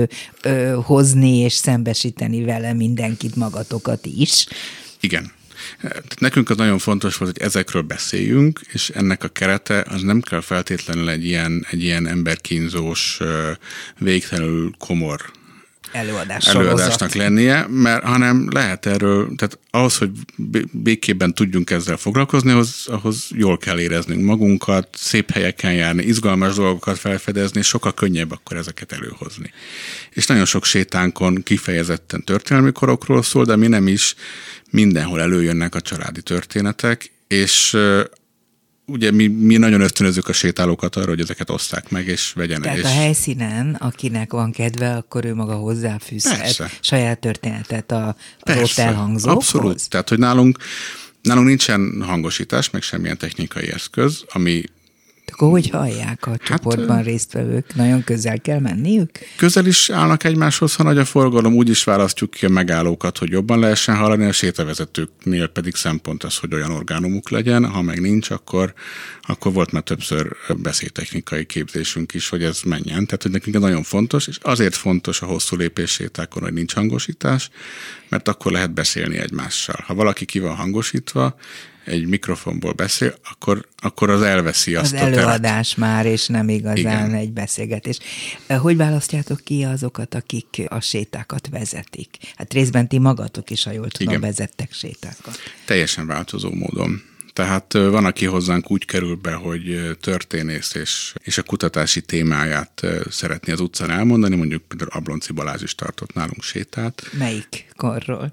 Speaker 2: előhozni, és szembesíteni vele mindenkit, magatokat is.
Speaker 3: Igen. Nekünk az nagyon fontos volt, hogy ezekről beszéljünk, és ennek a kerete az nem kell feltétlenül egy ilyen, egy ilyen emberkínzós, végtelenül komor
Speaker 2: Előadás
Speaker 3: előadásnak lennie, mert hanem lehet erről, tehát ahhoz, hogy békében tudjunk ezzel foglalkozni, ahhoz, ahhoz jól kell éreznünk magunkat, szép helyeken járni, izgalmas dolgokat felfedezni, és sokkal könnyebb akkor ezeket előhozni. És nagyon sok sétánkon kifejezetten történelmi korokról szól, de mi nem is, mindenhol előjönnek a családi történetek, és ugye mi, mi nagyon ösztönözzük a sétálókat arra, hogy ezeket osszák meg, és vegyenek.
Speaker 2: Tehát
Speaker 3: és...
Speaker 2: a helyszínen, akinek van kedve, akkor ő maga hozzáfűzhet Persze. saját történetet a, a ott elhangzókhoz.
Speaker 3: Abszolút. Tehát, hogy nálunk, nálunk nincsen hangosítás, meg semmilyen technikai eszköz, ami
Speaker 2: Akkor hogy hallják a hát, csoportban résztvevők? Nagyon közel kell menniük?
Speaker 3: Közel is állnak egymáshoz, ha nagy a forgalom, úgy is választjuk ki a megállókat, hogy jobban lehessen hallani, a sétavezetőknél pedig szempont az, hogy olyan orgánumuk legyen, ha meg nincs, akkor, akkor volt már többször beszédtechnikai képzésünk is, hogy ez menjen. Tehát, hogy nekünk ez nagyon fontos, és azért fontos a hosszú lépés sétákon, hogy nincs hangosítás, mert akkor lehet beszélni egymással. Ha valaki ki van hangosítva, egy mikrofonból beszél, akkor, akkor az elveszi azt
Speaker 2: az
Speaker 3: a teret.
Speaker 2: Az előadás már, és nem igazán
Speaker 3: Igen.
Speaker 2: egy beszélgetés. Hogy választjátok ki azokat, akik a sétákat vezetik? Hát részben ti magatok is, ha jól tudom, Igen. vezettek sétákat.
Speaker 3: Teljesen változó módon. Tehát van, aki hozzánk úgy kerül be, hogy történész és, és a kutatási témáját szeretné az utcán elmondani, mondjuk például Ablonczy Balázs is tartott nálunk sétát.
Speaker 2: Melyik korról?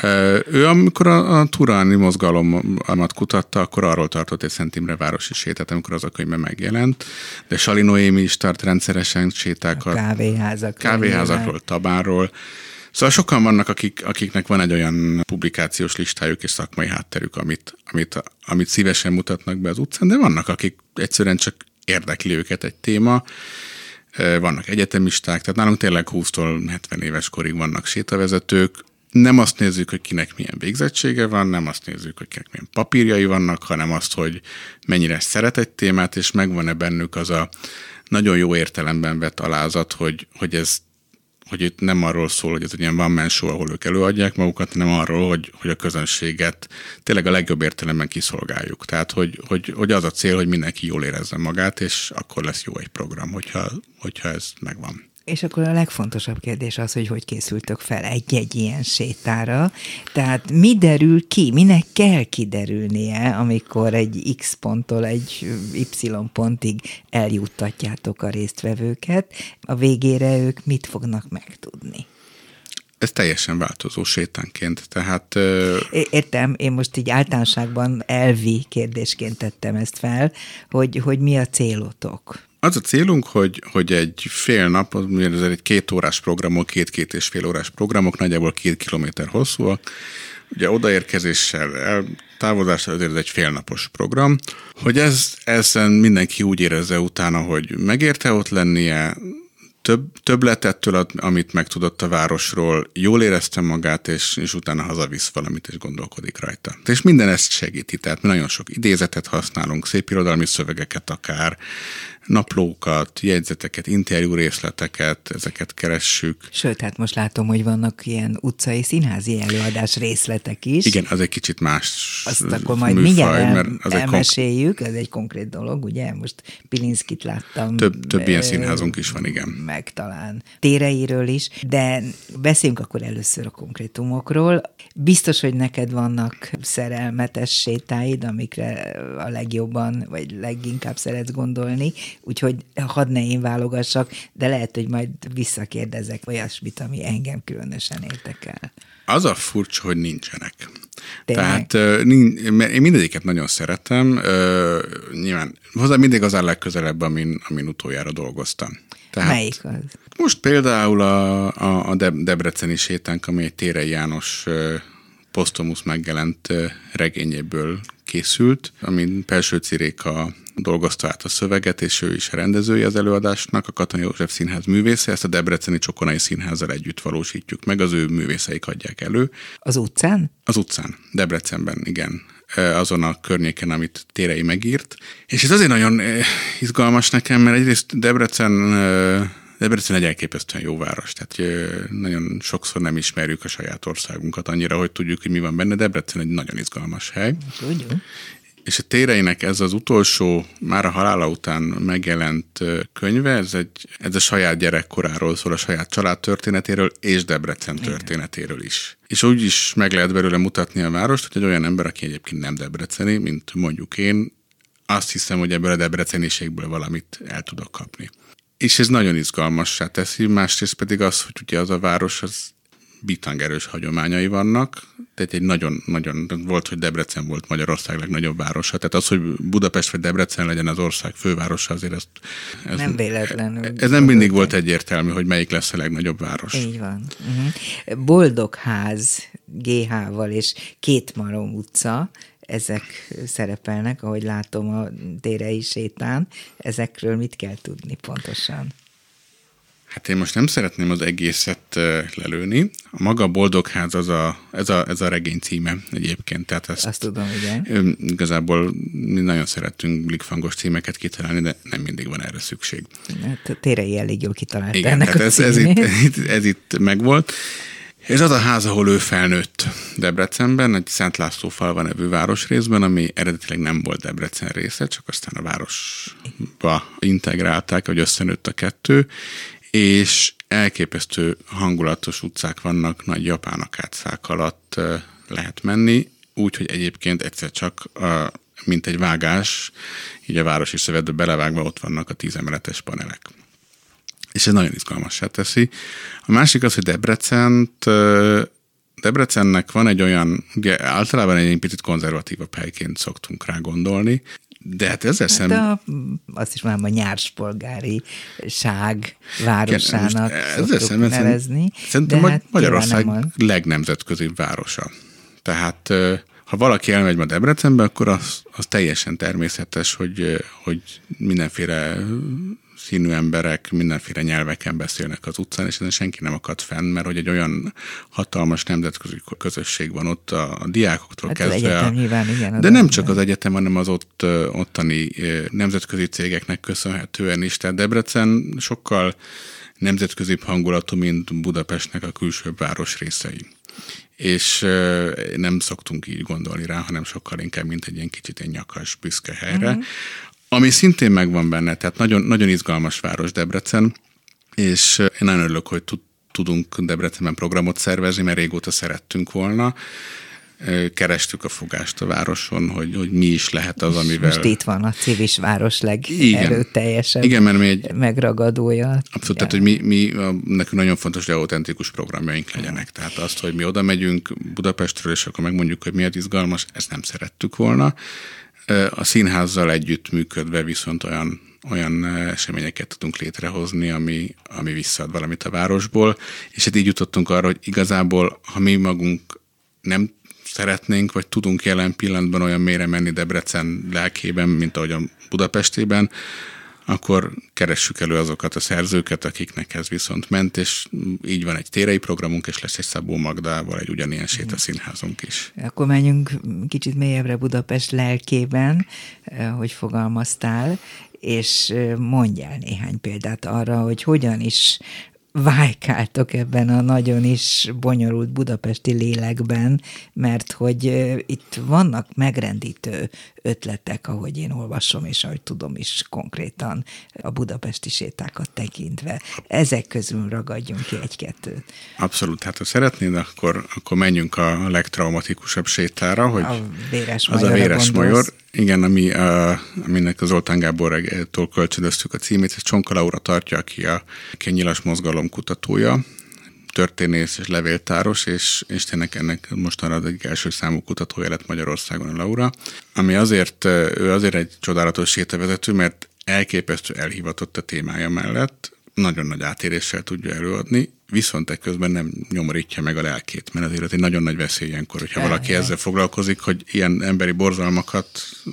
Speaker 3: Ő amikor a, a turáni mozgalomat kutatta, akkor arról tartott egy Szent Imre városi sétát, amikor az a könyvben megjelent, de Sali Noémi is tart rendszeresen sétákat.
Speaker 2: A kávéházakról.
Speaker 3: Kávéházakról, Tabánról. Szóval sokan vannak, akik, akiknek van egy olyan publikációs listájuk és szakmai hátterük, amit, amit, amit szívesen mutatnak be az utcán, de vannak, akik egyszerűen csak érdekli őket egy téma. Vannak egyetemisták, tehát nálunk tényleg húsztól hetven éves korig vannak sétavezetők. Nem azt nézzük, hogy kinek milyen végzettsége van, nem azt nézzük, hogy kinek milyen papírjai vannak, hanem azt, hogy mennyire szeret egy témát, és megvan-e bennük az a nagyon jó értelemben vett alázat, hogy, hogy ez hogy itt nem arról szól, hogy ez egy ilyen one man show, ahol ők előadják magukat, hanem arról, hogy, hogy a közönséget tényleg a legjobb értelemben kiszolgáljuk. Tehát, hogy, hogy, hogy az a cél, hogy mindenki jól érezze magát, és akkor lesz jó egy program, hogyha, hogyha ez megvan.
Speaker 2: És akkor a legfontosabb kérdés az, hogy hogy készültök fel egy-egy ilyen sétára. Tehát mi derül ki, minek kell kiderülnie, amikor egy X ponttól egy Y pontig eljuttatjátok a résztvevőket, a végére ők mit fognak megtudni?
Speaker 3: Ez teljesen változó sétánként, tehát...
Speaker 2: Értem, én most így általánosságban elvi kérdésként tettem ezt fel, hogy, hogy mi a célotok?
Speaker 3: Az a célunk, hogy, hogy egy fél nap, ez egy két órás programok, két-két és fél órás programok, nagyjából két kilométer hosszúak, ugye odaérkezéssel, távozással azért ez egy félnapos program, hogy ez, ezen mindenki úgy érezze utána, hogy megérte ott lennie, több, több lett ettől, amit megtudott a városról, jól érezte magát, és, és utána hazavisz valamit, és gondolkodik rajta. És minden ezt segíti, tehát mi nagyon sok idézetet használunk, szépirodalmi szövegeket akár, naplókat, jegyzeteket, interjú részleteket, ezeket keressük.
Speaker 2: Sőt, hát most látom, hogy vannak ilyen utcai színházi előadás részletek is.
Speaker 3: Igen, az egy kicsit más
Speaker 2: Azt akkor majd
Speaker 3: műfaj,
Speaker 2: mindjárt
Speaker 3: mert az
Speaker 2: elmeséljük, ez egy konkrét dolog, ugye? Most Pilinszkit láttam.
Speaker 3: Több, több ilyen színházunk is van, igen.
Speaker 2: Meg talán téreiről is, de beszéljünk akkor először a konkrétumokról. Biztos, hogy neked vannak szerelmetes sétáid, amikre a legjobban, vagy leginkább szeretsz gondolni, úgyhogy hadd ne én válogassak, de lehet, hogy majd visszakérdezek olyasmit, ami engem különösen érdekel.
Speaker 3: Az a furcsa, hogy nincsenek.
Speaker 2: Tényleg?
Speaker 3: Tehát mert én mindegyiket nagyon szeretem. Nyilván hozzá mindig az áll legközelebb, amin, amin utoljára dolgoztam. Tehát
Speaker 2: melyik az?
Speaker 3: Most például a, a, a debreceni sétánk, ami egy Térei János posztumusz megjelent regényéből készült, amin Pelső Ciréka dolgozta át a szöveget, és ő is a rendezője az előadásnak, a Katona József Színház művésze, ezt a Debreceni Csokonai Színházzal együtt valósítjuk meg, az ő művészeik adják elő.
Speaker 2: Az utcán?
Speaker 3: Az utcán, Debrecenben, igen. Azon a környéken, amit Térei megírt. És ez azért nagyon izgalmas nekem, mert egyrészt Debrecen, Debrecen egy elképesztően jó város, tehát nagyon sokszor nem ismerjük a saját országunkat annyira, hogy tudjuk, hogy mi van benne. Debrecen egy nagyon izgalmas hely.
Speaker 2: Tudjuk.
Speaker 3: És a Téreinek ez az utolsó, már a halála után megjelent könyve, ez, egy, ez a saját gyerekkoráról szól, a saját család történetéről és Debrecen
Speaker 2: Igen.
Speaker 3: történetéről is. És úgy is meg lehet belőle mutatni a várost, hogy egy olyan ember, aki egyébként nem debreceni, mint mondjuk én, azt hiszem, hogy ebből a debreceniségből valamit el tudok kapni. És ez nagyon izgalmassá teszi, másrészt pedig az, hogy ugye az a város, az bitangerős hagyományai vannak, tehát egy nagyon-nagyon, volt, hogy Debrecen volt Magyarország legnagyobb városa, tehát az, hogy Budapest vagy Debrecen legyen az ország fővárosa, azért ezt, ez
Speaker 2: nem véletlenül.
Speaker 3: Ez nem mindig volt egyértelmű, hogy melyik lesz a legnagyobb város.
Speaker 2: Így van. Uh-huh. Boldogház gé há-val és Kétmarom utca, ezek szerepelnek, ahogy látom a Térei sétán. Ezekről mit kell tudni pontosan?
Speaker 3: Hát én most nem szeretném az egészet lelőni. A maga Boldogház az a, ez, a, ez a regény címe egyébként. Tehát ezt,
Speaker 2: azt tudom, igen.
Speaker 3: Igazából mi nagyon szeretünk blikfangos címeket kitalálni, de nem mindig van erre szükség.
Speaker 2: Hát Térei elég jól kitalálta.
Speaker 3: Igen,
Speaker 2: ennek
Speaker 3: tehát ez, ez, itt, ez itt megvolt. És az a ház, ahol ő felnőtt Debrecenben, egy Szent László falva nevű városrészben, ami eredetileg nem volt Debrecen része, csak aztán a városba integrálták, hogy összenőtt a kettő, és elképesztő hangulatos utcák vannak, nagy japán akátszák alatt lehet menni, úgyhogy egyébként egyszer csak, a, mint egy vágás, így a városi szövetbe belevágva ott vannak a tízemeletes panelek. És ez nagyon izgalmassá teszi. A másik az, hogy Debrecent, Debrecennek van egy olyan, ugye általában egy picit konzervatívabb helyként szoktunk rá gondolni, de hát ezzel
Speaker 2: hát
Speaker 3: szemben...
Speaker 2: A, azt is már a nyárspolgári ság városának
Speaker 3: ezzel
Speaker 2: szoktuk nevezni.
Speaker 3: Szerintem
Speaker 2: de hát
Speaker 3: Magyarország legnemzetközibb városa. Tehát ha valaki elmegy ma Debrecenbe, akkor az, az teljesen természetes, hogy, hogy mindenféle színű emberek, mindenféle nyelveken beszélnek az utcán, és ezen senki nem akad fenn, mert hogy egy olyan hatalmas nemzetközi közösség van ott a, a diákoktól
Speaker 2: hát
Speaker 3: kezdve.
Speaker 2: Az egyetem, a, nyilván, igen,
Speaker 3: de nem csak az egyetem, hanem az ott ottani nemzetközi cégeknek köszönhetően is. Tehát Debrecen sokkal nemzetközibb hangulatú, mint Budapestnek a külsőbb városrészei. És nem szoktunk így gondolni rá, hanem sokkal inkább, mint egy ilyen kicsit egy nyakas, büszke helyre. Mm-hmm. Ami szintén megvan benne, tehát nagyon, nagyon izgalmas város Debrecen, és én nagyon örülök, hogy tudunk Debrecenben programot szervezni, mert régóta szerettünk volna. Kerestük a fogást a városon, hogy, hogy mi is lehet az, amivel...
Speaker 2: Most itt van a civis város legerőteljesebb
Speaker 3: igen, mert mi egy...
Speaker 2: megragadója.
Speaker 3: Abszolút, tehát hogy mi, mi nekünk nagyon fontos, hogy autentikus programjaink legyenek. Tehát azt, hogy mi oda megyünk Budapestről, és akkor megmondjuk, hogy miért izgalmas, ezt nem szerettük volna. A színházzal együtt működve viszont olyan, olyan eseményeket tudunk létrehozni, ami, ami visszaad valamit a városból, és hát így jutottunk arra, hogy igazából, ha mi magunk nem szeretnénk, vagy tudunk jelen pillanatban olyan mélyre menni Debrecen lelkében, mint ahogy a Budapestében, akkor keressük elő azokat a szerzőket, akiknek ez viszont ment, és így van egy térei programunk, és lesz egy Szabó Magdával egy ugyanilyen sétaszínházunk is.
Speaker 2: Akkor menjünk kicsit mélyebbre Budapest lelkében, hogy fogalmaztál, és mondjál néhány példát arra, hogy hogyan is vájkáltok ebben a nagyon is bonyolult budapesti lélekben, mert hogy itt vannak megrendítő ötletek, ahogy én olvasom, és ahogy tudom is konkrétan a budapesti sétákat tekintve. Ezek közül ragadjunk ki egy-kettőt.
Speaker 3: Abszolút, hát ha szeretnéd, akkor, akkor menjünk a legtraumatikusabb sétára, hogy
Speaker 2: a Véres
Speaker 3: az a Véres Major. Igen, ami, a, aminek az Zoltán Gábortól kölcsönöztük a címét, ez Csonka Laura tartja, aki a, aki a nyilas mozgalom kutatója, történész és levéltáros, és, és tényleg ennek mostanra az egyik első számú kutatója lett Magyarországon a Laura, ami azért, ő azért egy csodálatos sétavezető, mert elképesztő elhivatott a témája mellett, nagyon nagy átéréssel tudja előadni, viszont ekközben nem nyomorítja meg a lelkét, mert azért egy nagyon nagy veszély ilyenkor, hogyha ja, valaki ja. ezzel foglalkozik, hogy ilyen emberi borzalmakat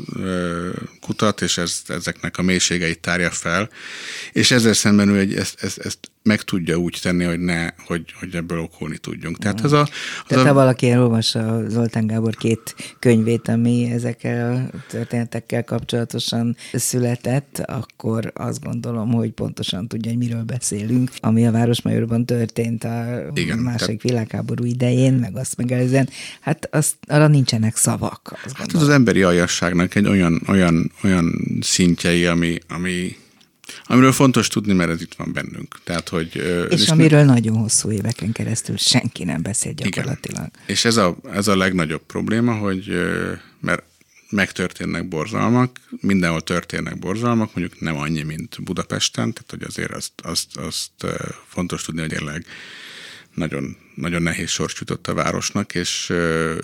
Speaker 3: ö, kutat, és ez, ezeknek a mélységeit tárja fel, és ezzel szemben ő egy, ezt, ezt, ezt meg tudja úgy tenni, hogy ne, hogy, hogy ebből okolni tudjunk. Tehát, ez a,
Speaker 2: Tehát
Speaker 3: a...
Speaker 2: ha valaki elolvassa Zoltán Gábor két könyvét, ami ezekkel a történetekkel kapcsolatosan született, akkor azt gondolom, hogy pontosan tudja, hogy miről beszélünk, ami a Városmajorban történt a Igen, második tehát... világháború idején, meg azt megelőzően. Hát azt, arra nincsenek szavak.
Speaker 3: Hát az az emberi aljasságnak egy olyan, olyan, olyan szintjei, ami, ami amiről fontos tudni, mert ez itt van bennünk. Tehát, hogy,
Speaker 2: és, és amiről ne... nagyon hosszú éveken keresztül senki nem beszél gyakorlatilag.
Speaker 3: Igen. És ez a, ez a legnagyobb probléma, hogy mert megtörténnek borzalmak, mindenhol történnek borzalmak, mondjuk nem annyi, mint Budapesten, tehát hogy azért azt, azt, azt fontos tudni, hogy tényleg nagyon, nagyon nehéz sors jutott a városnak, és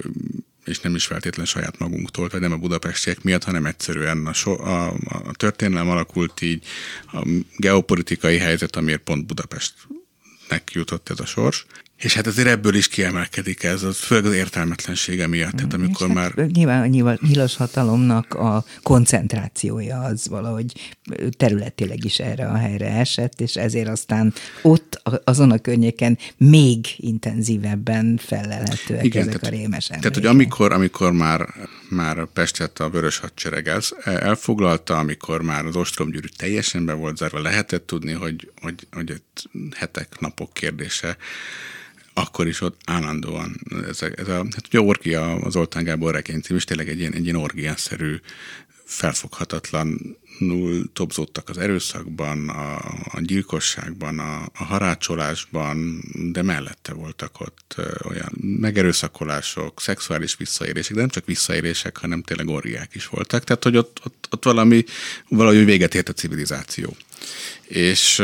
Speaker 3: és nem is feltétlenül saját magunktól, vagy nem a budapestiek miatt, hanem egyszerűen a, so, a, a történelem alakult így, a geopolitikai helyzet, amiért pont Budapestnek jutott ez a sors. És hát azért ebből is kiemelkedik ez, az, főleg az értelmetlensége miatt. Tehát amikor
Speaker 2: és
Speaker 3: már...
Speaker 2: Hát nyilván a nyilas hatalomnak a koncentrációja az valahogy területileg is erre a helyre esett, és ezért aztán ott azon a környéken még intenzívebben fellelhetőek Igen, ezek tehát, a rémes emlékek.
Speaker 3: Tehát, hogy amikor, amikor már, már Pestet a Vörös Hadsereg elfoglalta, amikor már az ostromgyűrű teljesen be volt zárva, lehetett tudni, hogy, hogy, hogy hetek, napok kérdése, akkor is ott állandóan ez a, ez a hát ugye orgia, az Zoltán Gábor regénycím is tényleg egy ilyen, egy ilyen orgiánszerű, felfoghatatlanul tobzódtak az erőszakban, a, a gyilkosságban, a, a harácsolásban, de mellette voltak ott olyan megerőszakolások, szexuális visszaérések, de nem csak visszaérések, hanem tényleg orgiák is voltak. Tehát, hogy ott, ott, ott valami, valahogy véget ért a civilizáció. És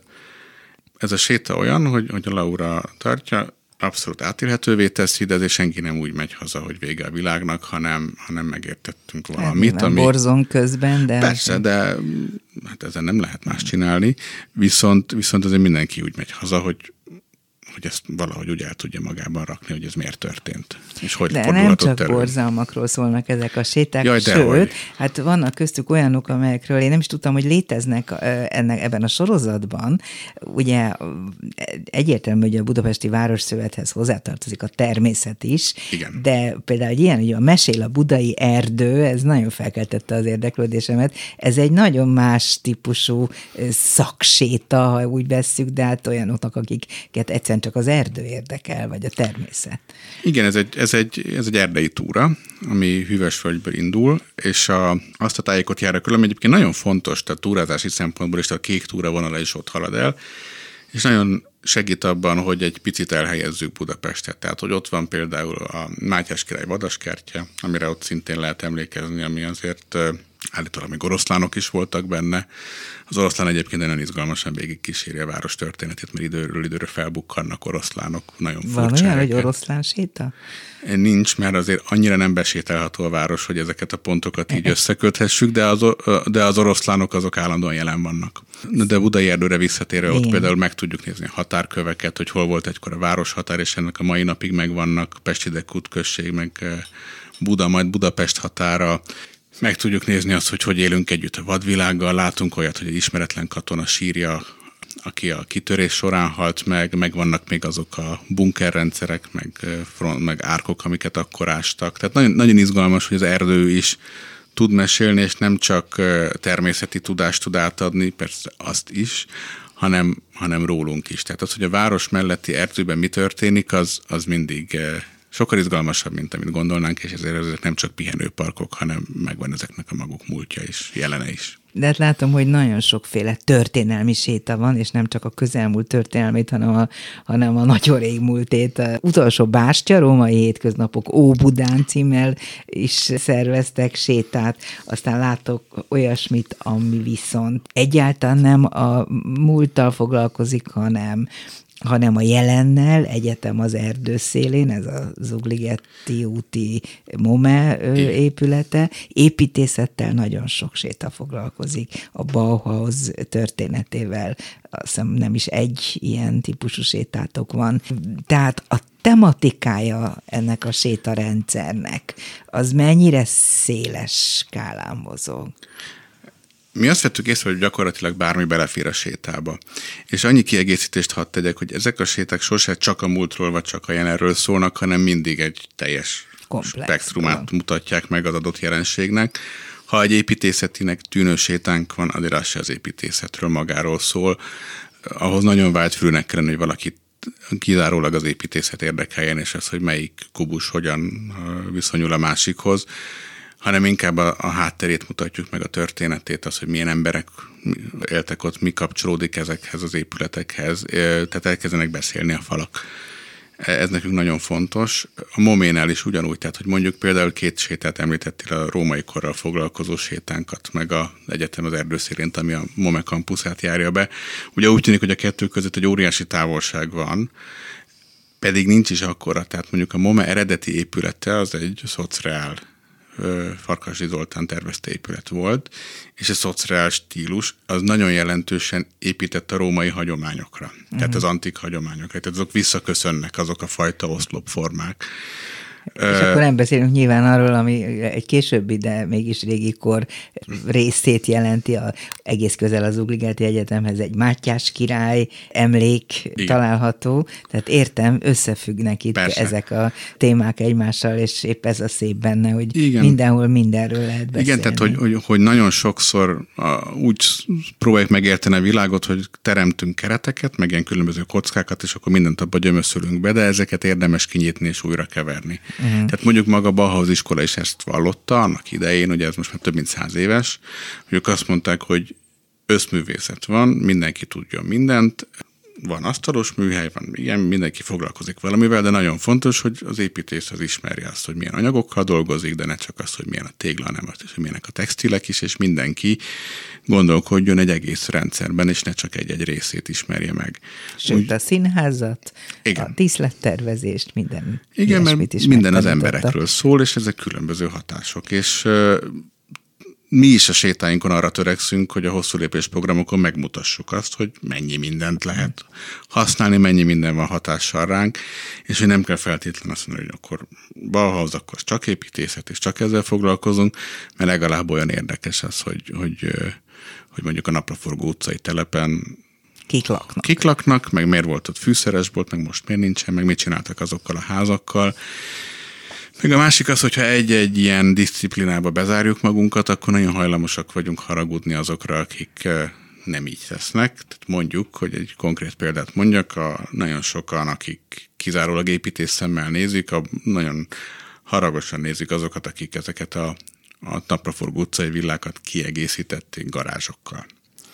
Speaker 3: ez a séta olyan, hogy, hogy a Laura tartja, abszolút átélhetővé teszi, de azért senki nem úgy megy haza, hogy vége a világnak, hanem, hanem megértettünk valamit.
Speaker 2: Hát, ami... borzong közben, de...
Speaker 3: Persze, de hát ezen nem lehet más csinálni, viszont, viszont azért mindenki úgy megy haza, hogy hogy ezt valahogy úgy el tudja magában rakni, hogy ez miért történt. És hogy
Speaker 2: de nem csak elő. Borzalmakról szólnak ezek a séták, Jaj, sőt, hogy. hát vannak köztük olyanok, amelyekről én nem is tudtam, hogy léteznek ennek, ebben a sorozatban. Ugye egyértelmű, hogy a Budapesti Városszövethez hozzátartozik a természet is,
Speaker 3: Igen.
Speaker 2: de például egy ilyen, hogy a Mesél a budai erdő, ez nagyon felkeltette az érdeklődésemet. Ez egy nagyon más típusú szakséta, ha úgy vesszük, de hát olyanoknak, akiket egyszerűen csak az erdő érdekel, vagy a természet.
Speaker 3: Igen, ez egy, ez egy, ez egy erdei túra, ami Hűvösvölgyből indul, és a, azt a tájékot járja körül, ami egyébként nagyon fontos, tehát túrázási szempontból is a kék túravonala is ott halad el, és nagyon segít abban, hogy egy picit elhelyezzük Budapestet. Tehát, hogy ott van például a Mátyás király vadaskertje, amire ott szintén lehet emlékezni, ami azért állítólag még oroszlánok is voltak benne. Az oroszlán egyébként nagyon izgalmasan végig kíséri a város történetét, mert időről időre felbukkannak oroszlánok. Nagyon furcsa.
Speaker 2: Van olyan, hogy oroszlán séta?
Speaker 3: Nincs, mert azért annyira nem besétálható a város, hogy ezeket a pontokat így összeköthessük, de az, de az oroszlánok azok állandóan jelen vannak. De Budai erdőre visszatérve ott például meg tudjuk nézni a határköveket, hogy hol volt egykor a városhatár, és ennek a mai napig megvannak Pestidek-Kút község, meg Buda, majd Budapest határa. Meg tudjuk nézni azt, hogy hogy élünk együtt a vadvilággal, látunk olyat, hogy egy ismeretlen katona sírja, aki a kitörés során halt meg, meg vannak még azok a bunkerrendszerek, meg, front, meg árkok, amiket akkor ástak. Tehát nagyon, nagyon izgalmas, hogy az erdő is tud mesélni, és nem csak természeti tudást tud átadni, persze azt is, hanem, hanem rólunk is. Tehát az, hogy a város melletti erdőben mi történik, az, az mindig sokkal izgalmasabb, mint amit gondolnánk, és ezért ezek nem csak pihenőparkok, hanem megvan ezeknek a maguk múltja is, jelene is.
Speaker 2: De hát látom, hogy nagyon sokféle történelmi séta van, és nem csak a közelmúlt történelmét, hanem a, hanem a nagyon régmúltét. A utolsó bástya, római hétköznapok Óbudán címmel is szerveztek sétát. Aztán látok olyasmit, ami viszont egyáltalán nem a múlttal foglalkozik, hanem hanem a jelennel, egyetem az erdő szélén, ez a Zugligetti úti MOME épülete, építészettel nagyon sok séta foglalkozik, a Bauhaus történetével, azt hiszem nem is egy ilyen típusú sétátok van. Tehát a tematikája ennek a sétarendszernek, az mennyire széles skálán mozog?
Speaker 3: Mi azt vettük észre, hogy gyakorlatilag bármi belefér a sétába. És annyi kiegészítést hadd tegyek, hogy ezek a séták sose csak a múltról vagy csak a jelenről szólnak, hanem mindig egy teljes komplex spektrumát mutatják meg az adott jelenségnek. Ha egy építészetinek tűnő sétánk van, azért az se az építészetről magáról szól. Ahhoz nagyon vágyfülnek kellene, hogy valakit kizárólag az építészet érdekeljen, és az, hogy melyik kubus hogyan viszonyul a másikhoz, hanem inkább a, a hátterét mutatjuk meg, a történetét, az, hogy milyen emberek éltek ott, mi kapcsolódik ezekhez az épületekhez, tehát elkezdenek beszélni a falak. Ez nekünk nagyon fontos. A moménál is ugyanúgy, tehát hogy mondjuk például két sétát említettél, a római korral foglalkozó sétánkat, meg az egyetem az erdőszélént, ami a MOME kampuszát járja be. Ugye úgy tűnik, hogy a kettő között egy óriási távolság van, pedig nincs is akkora. Tehát mondjuk a MOME eredeti épülete az egy szociál Farkasdi Zoltán tervezte épület volt, és a szociál stílus az nagyon jelentősen épített a római hagyományokra, uh-huh. tehát az antik hagyományokra, tehát azok visszaköszönnek, azok a fajta oszlopformák.
Speaker 2: És uh, akkor nem beszélünk nyilván arról, ami egy későbbi, de mégis régi kor részét jelenti, a, egész közel az Ugligeti Egyetemhez egy Mátyás király emlék igen. található, tehát értem, összefüggnek itt persze. ezek a témák egymással, és épp ez a szép benne, hogy igen. mindenhol mindenről lehet beszélni. Igen,
Speaker 3: tehát hogy, hogy, hogy nagyon sokszor a, úgy próbáljuk megérteni a világot, hogy teremtünk kereteket, meg ilyen különböző kockákat, és akkor mindent abba gyömöszölünk be, de ezeket érdemes kinyitni és újra keverni. Uh-huh. Tehát mondjuk maga a Bauhaus iskola is ezt vallotta annak idején, ugye ez most már több mint száz éves, hogy ők azt mondták, hogy összművészet van, mindenki tudjon mindent, van asztalos műhely, van ilyen, mindenki foglalkozik valamivel, de nagyon fontos, hogy az építész az ismerje azt, hogy milyen anyagokkal dolgozik, de ne csak azt, hogy milyen a tégla, hanem azt, hogy milyenek a textilek is, és mindenki gondolkodjon egy egész rendszerben, és ne csak egy-egy részét ismerje meg.
Speaker 2: Sőt, úgy, a színházat, igen. a díszlettervezést, minden
Speaker 3: igen, mert is minden az emberekről szól, és ezek különböző hatások, és mi is a sétáinkon arra törekszünk, hogy a hosszú lépés programokon megmutassuk azt, hogy mennyi mindent lehet használni, mennyi minden van hatással ránk, és hogy nem kell feltétlenül azt mondani, hogy akkor Bauhaus, akkor csak építészet, és csak ezzel foglalkozunk, mert legalább olyan érdekes az, hogy, hogy, hogy mondjuk a napraforgó utcai telepen
Speaker 2: Kik laknak.
Speaker 3: Kik laknak, meg miért volt ott fűszeresbolt, meg most miért nincsen, meg mit csináltak azokkal a házakkal. Meg a másik az, hogyha egy-egy ilyen diszciplinába bezárjuk magunkat, akkor nagyon hajlamosak vagyunk haragudni azokra, akik nem így tesznek. Tehát mondjuk, hogy egy konkrét példát mondjak, a nagyon sokan, akik kizárólag építész szemmel nézik, a, nagyon haragosan nézik azokat, akik ezeket a, a napraforgó utcai villákat kiegészítették garázsokkal.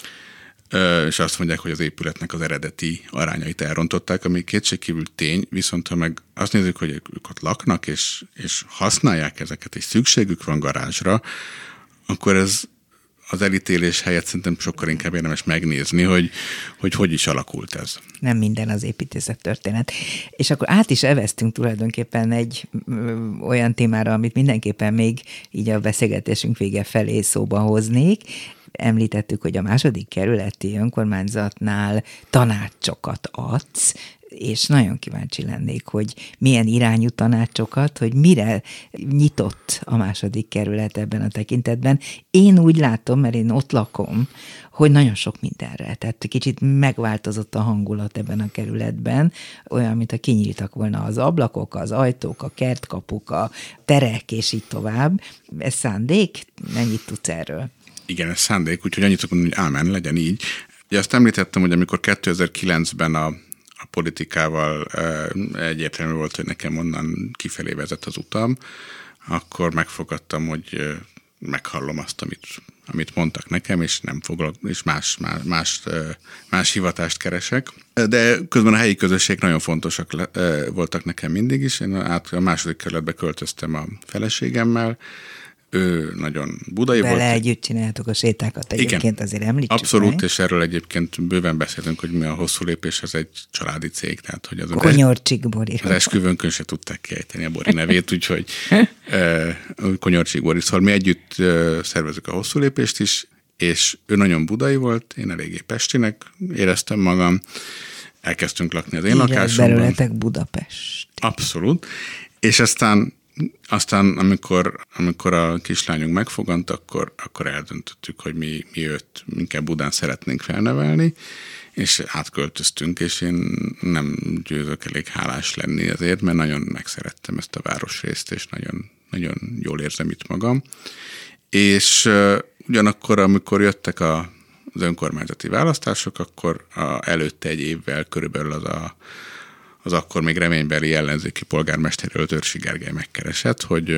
Speaker 3: És azt mondják, hogy az épületnek az eredeti arányait elrontották, ami kétségkívül tény, viszont ha meg azt nézzük, hogy ők ott laknak, és, és használják ezeket, és szükségük van garázsra, akkor ez az elítélés helyett szerintem sokkal inkább érdemes megnézni, hogy, hogy hogy is alakult ez.
Speaker 2: Nem minden az építészet történet. És akkor át is eveztünk tulajdonképpen egy ö, olyan témára, amit mindenképpen még így a beszélgetésünk vége felé szóba hoznék, említettük, hogy a második kerületi önkormányzatnál tanácsokat adsz, és nagyon kíváncsi lennék, hogy milyen irányú tanácsokat, hogy mire nyitott a második kerület ebben a tekintetben. Én úgy látom, mert én ott lakom, hogy nagyon sok mindenre. Tehát kicsit megváltozott a hangulat ebben a kerületben, olyan, mint a kinyíltak volna az ablakok, az ajtók, a kertkapuk, a terek, és így tovább. Ez szándék? Mennyit tudsz erről?
Speaker 3: Igen, ez szándék, úgyhogy annyit tudok mondani, hogy ámen, legyen így. Ugye azt említettem, hogy amikor kétezer-kilencben a a politikával egyértelmű volt, hogy nekem onnan kifelé vezet az utam, akkor megfogadtam, hogy meghallom azt, amit, amit mondtak nekem, és nem foglak, és más, más, más, más hivatást keresek. De közben a helyi közösség nagyon fontosak le, voltak nekem mindig is. Én át, a második kerületbe költöztem a feleségemmel, ő nagyon budai
Speaker 2: Vele
Speaker 3: volt.
Speaker 2: Vele együtt csináljátok a sétákat egyébként, igen, azért említsük.
Speaker 3: Abszolút,
Speaker 2: meg.
Speaker 3: És erről egyébként bőven beszélünk, hogy mi a Hosszú Lépés, az egy családi cég, tehát hogy az
Speaker 2: Konyorcsik Bori.
Speaker 3: Az esküvőnkön se tudták kiejteni a Bori nevét, úgyhogy uh, Konyorcsik Bori. Szóval mi együtt uh, szervezünk a Hosszú Lépést is, és ő nagyon budai volt, én eléggé pestinek éreztem magam, elkezdtünk lakni az én lakásomban.
Speaker 2: Belőletek Budapest.
Speaker 3: Abszolút, és aztán Aztán, amikor, amikor a kislányunk megfogant, akkor, akkor eldöntöttük, hogy mi, mi őt inkább Budán szeretnénk felnevelni, és átköltöztünk, és én nem győzök elég hálás lenni azért, mert nagyon megszerettem ezt a városrészt, és nagyon, nagyon jól érzem itt magam. És uh, ugyanakkor, amikor jöttek a, az önkormányzati választások, akkor a, előtte egy évvel körülbelül az a az akkor még reménybeli ellenzéki polgármesterről Őrsi Gergely megkeresett, hogy,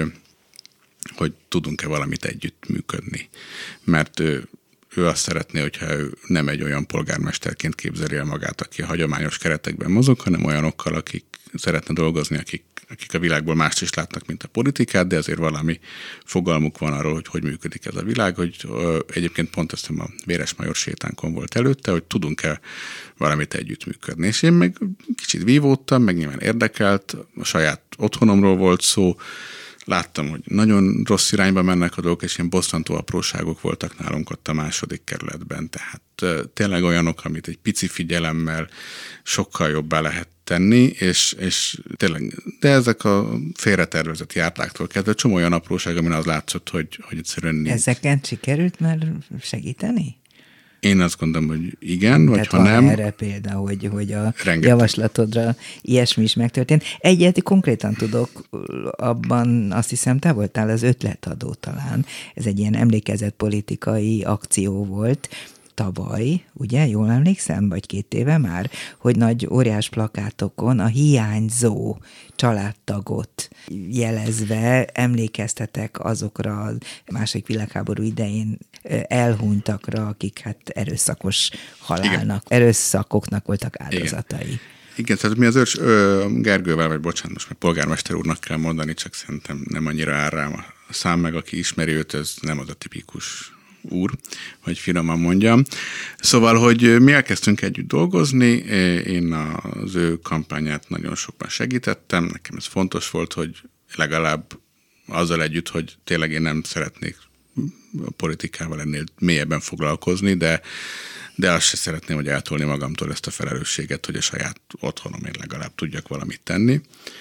Speaker 3: hogy tudunk-e valamit együtt működni. Mert ő, ő azt szeretné, hogyha ő nem egy olyan polgármesterként képzeli el magát, aki a hagyományos keretekben mozog, hanem olyanokkal, akik szeretne dolgozni, akik, akik a világból mást is látnak, mint a politikát, de azért valami fogalmuk van arról, hogy hogy működik ez a világ, hogy ö, egyébként pont ezt a Véresmajor sétánkon volt előtte, hogy tudunk-e valamit együttműködni. És én meg kicsit vívódtam, meg nyilván érdekelt, a saját otthonomról volt szó, láttam, hogy nagyon rossz irányba mennek a dolgok, és ilyen bosszantó apróságok voltak nálunk ott a második kerületben. Tehát tényleg olyanok, amit egy pici figyelemmel sokkal jobbá lehet tenni, és, és tényleg, de ezek a félretervezett jártáktól kezdve csomó olyan apróság, amin az látszott, hogy, hogy egyszerűen nincs.
Speaker 2: Ezeken sikerült már segíteni?
Speaker 3: Én azt gondolom, hogy igen, vagy
Speaker 2: tehát
Speaker 3: ha nem.
Speaker 2: erre példa, hogy, hogy a
Speaker 3: rengeteg.
Speaker 2: Javaslatodra ilyesmi is megtörtént. Egyet konkrétan tudok, abban azt hiszem, te voltál az ötletadó talán. Ez egy ilyen emlékezetpolitikai akció volt, tavaly, ugye, jól emlékszem, vagy két éve már, hogy nagy óriás plakátokon a hiányzó családtagot jelezve emlékeztetek azokra a második világháború idején elhunytakra, akik hát erőszakos halálnak, igen. erőszakoknak voltak áldozatai. Igen.
Speaker 3: Igen, tehát mi az Őrs ö, Gergővel, vagy bocsánat, most már polgármester úrnak kell mondani, csak szerintem nem annyira áll rám a szám, meg aki ismeri őt, ez nem az a tipikus úr, hogy finoman mondjam. Szóval, hogy mi elkezdtünk együtt dolgozni, én az ő kampányát nagyon sokban segítettem, nekem ez fontos volt, hogy legalább azzal együtt, hogy tényleg én nem szeretnék a politikával ennél mélyebben foglalkozni, de, de azt se szeretném, hogy eltolni magamtól ezt a felelősséget, hogy a saját otthonomért legalább tudjak valamit tenni.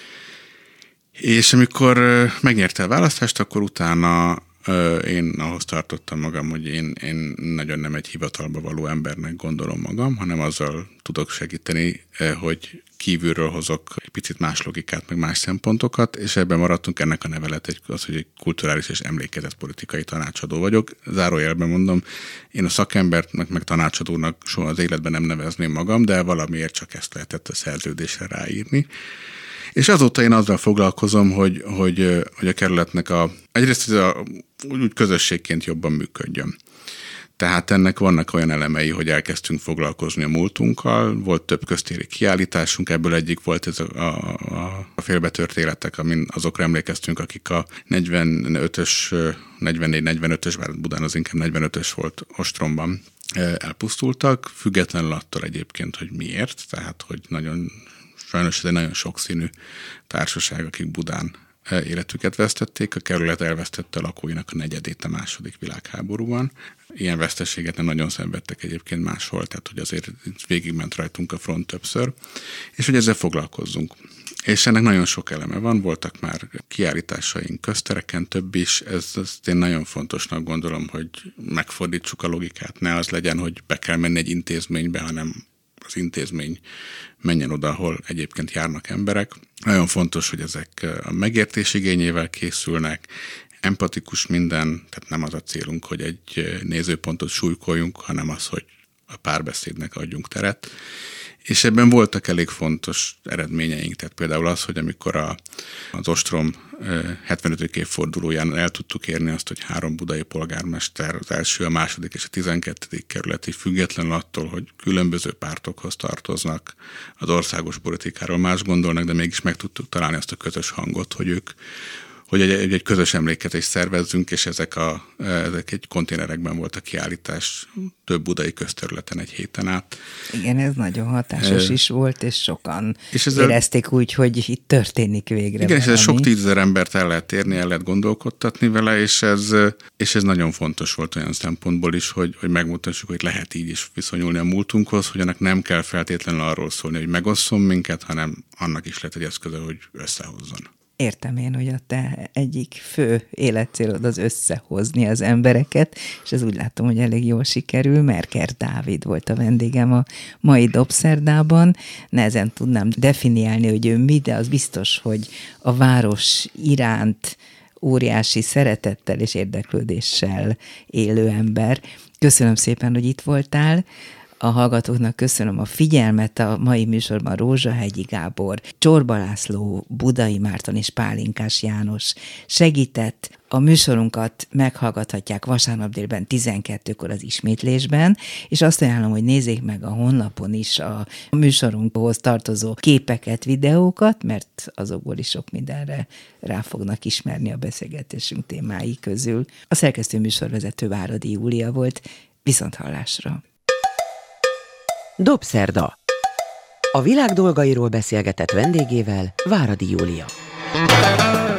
Speaker 3: És amikor megnyerte a választást, akkor utána én ahhoz tartottam magam, hogy én, én nagyon nem egy hivatalba való embernek gondolom magam, hanem azzal tudok segíteni, hogy kívülről hozok egy picit más logikát, meg más szempontokat, és ebben maradtunk. Ennek a nevelet egy, az, hogy egy kulturális és emlékezetpolitikai tanácsadó vagyok. Zárójelben mondom, én a szakembernek, meg tanácsadónak soha az életben nem nevezném magam, de valamiért csak ezt lehetett a szerződésre ráírni. És azóta én azzal foglalkozom, hogy, hogy, hogy a kerületnek a, egyrészt ez a, úgy közösségként jobban működjön. Tehát ennek vannak olyan elemei, hogy elkezdtünk foglalkozni a múltunkkal, volt több köztéri kiállításunk, ebből egyik volt ez a, a, a félbetört életek, amin azokra emlékeztünk, akik a negyvenötös, negyvennégy negyvenötös, bár Budán az inkább negyvenötös volt ostromban, elpusztultak, függetlenül attól egyébként, hogy miért, tehát hogy nagyon sajnos ez egy nagyon sokszínű társaság, akik Budán életüket vesztették, a kerület elvesztette a lakóinak a negyedét a második világháborúban. Ilyen veszteséget nem nagyon szenvedtek egyébként máshol, tehát hogy azért végigment rajtunk a front többször, és hogy ezzel foglalkozzunk. És ennek nagyon sok eleme van, voltak már kiállításaink köztereken, több is, ez, ezt én nagyon fontosnak gondolom, hogy megfordítsuk a logikát, ne az legyen, hogy be kell menni egy intézménybe, hanem az intézmény menjen oda, ahol egyébként járnak emberek. Nagyon fontos, hogy ezek a megértés igényével készülnek, empatikus minden, tehát nem az a célunk, hogy egy nézőpontot súlykoljunk, hanem az, hogy a párbeszédnek adjunk teret. És ebben voltak elég fontos eredményeink, tehát például az, hogy amikor a, az ostrom hetvenötödik évfordulóján el tudtuk érni azt, hogy három budai polgármester, az első, a második és a tizenkettedik kerületi, függetlenül attól, hogy különböző pártokhoz tartoznak, az országos politikáról más gondolnak, de mégis meg tudtuk találni azt a közös hangot, hogy ők hogy egy, egy közös emlékezést szervezzünk, és ezek, a, ezek egy konténerekben volt a kiállítás több budai közterületen egy héten át.
Speaker 2: Igen, ez nagyon hatásos e, is volt, és sokan és ezzel, érezték úgy, hogy itt történik végre.
Speaker 3: Igen, valami. És ez sok tízezer embert el lehet érni, el lehet gondolkodtatni vele, és ez, és ez nagyon fontos volt olyan szempontból is, hogy, hogy megmutassuk, hogy lehet így is viszonyulni a múltunkhoz, hogy annak nem kell feltétlenül arról szólni, hogy megosszon minket, hanem annak is lehet egy eszköze, hogy összehozzon.
Speaker 2: Értem én, hogy a te egyik fő életcélod az összehozni az embereket, és ez úgy látom, hogy elég jól sikerül. Merker Dávid volt a vendégem a mai Dobszerdában. Nehezen tudnám definiálni, hogy ő mi, de az biztos, hogy a város iránt óriási szeretettel és érdeklődéssel élő ember. Köszönöm szépen, hogy itt voltál. A hallgatóknak köszönöm a figyelmet, a mai műsorban Rózsahegyi Gábor, Csorba László, Budai Márton és Pálinkás János segített. A műsorunkat meghallgathatják vasárnap délben tizenkettőkor az ismétlésben, és azt ajánlom, hogy nézzék meg a honlapon is a műsorunkhoz tartozó képeket, videókat, mert azokból is sok mindenre rá fognak ismerni a beszélgetésünk témái közül. A szerkesztő műsorvezető Váradi Júlia volt. Viszonthallásra!
Speaker 1: Dobszerda. A világ dolgairól beszélgetett vendégével Váradi Júlia.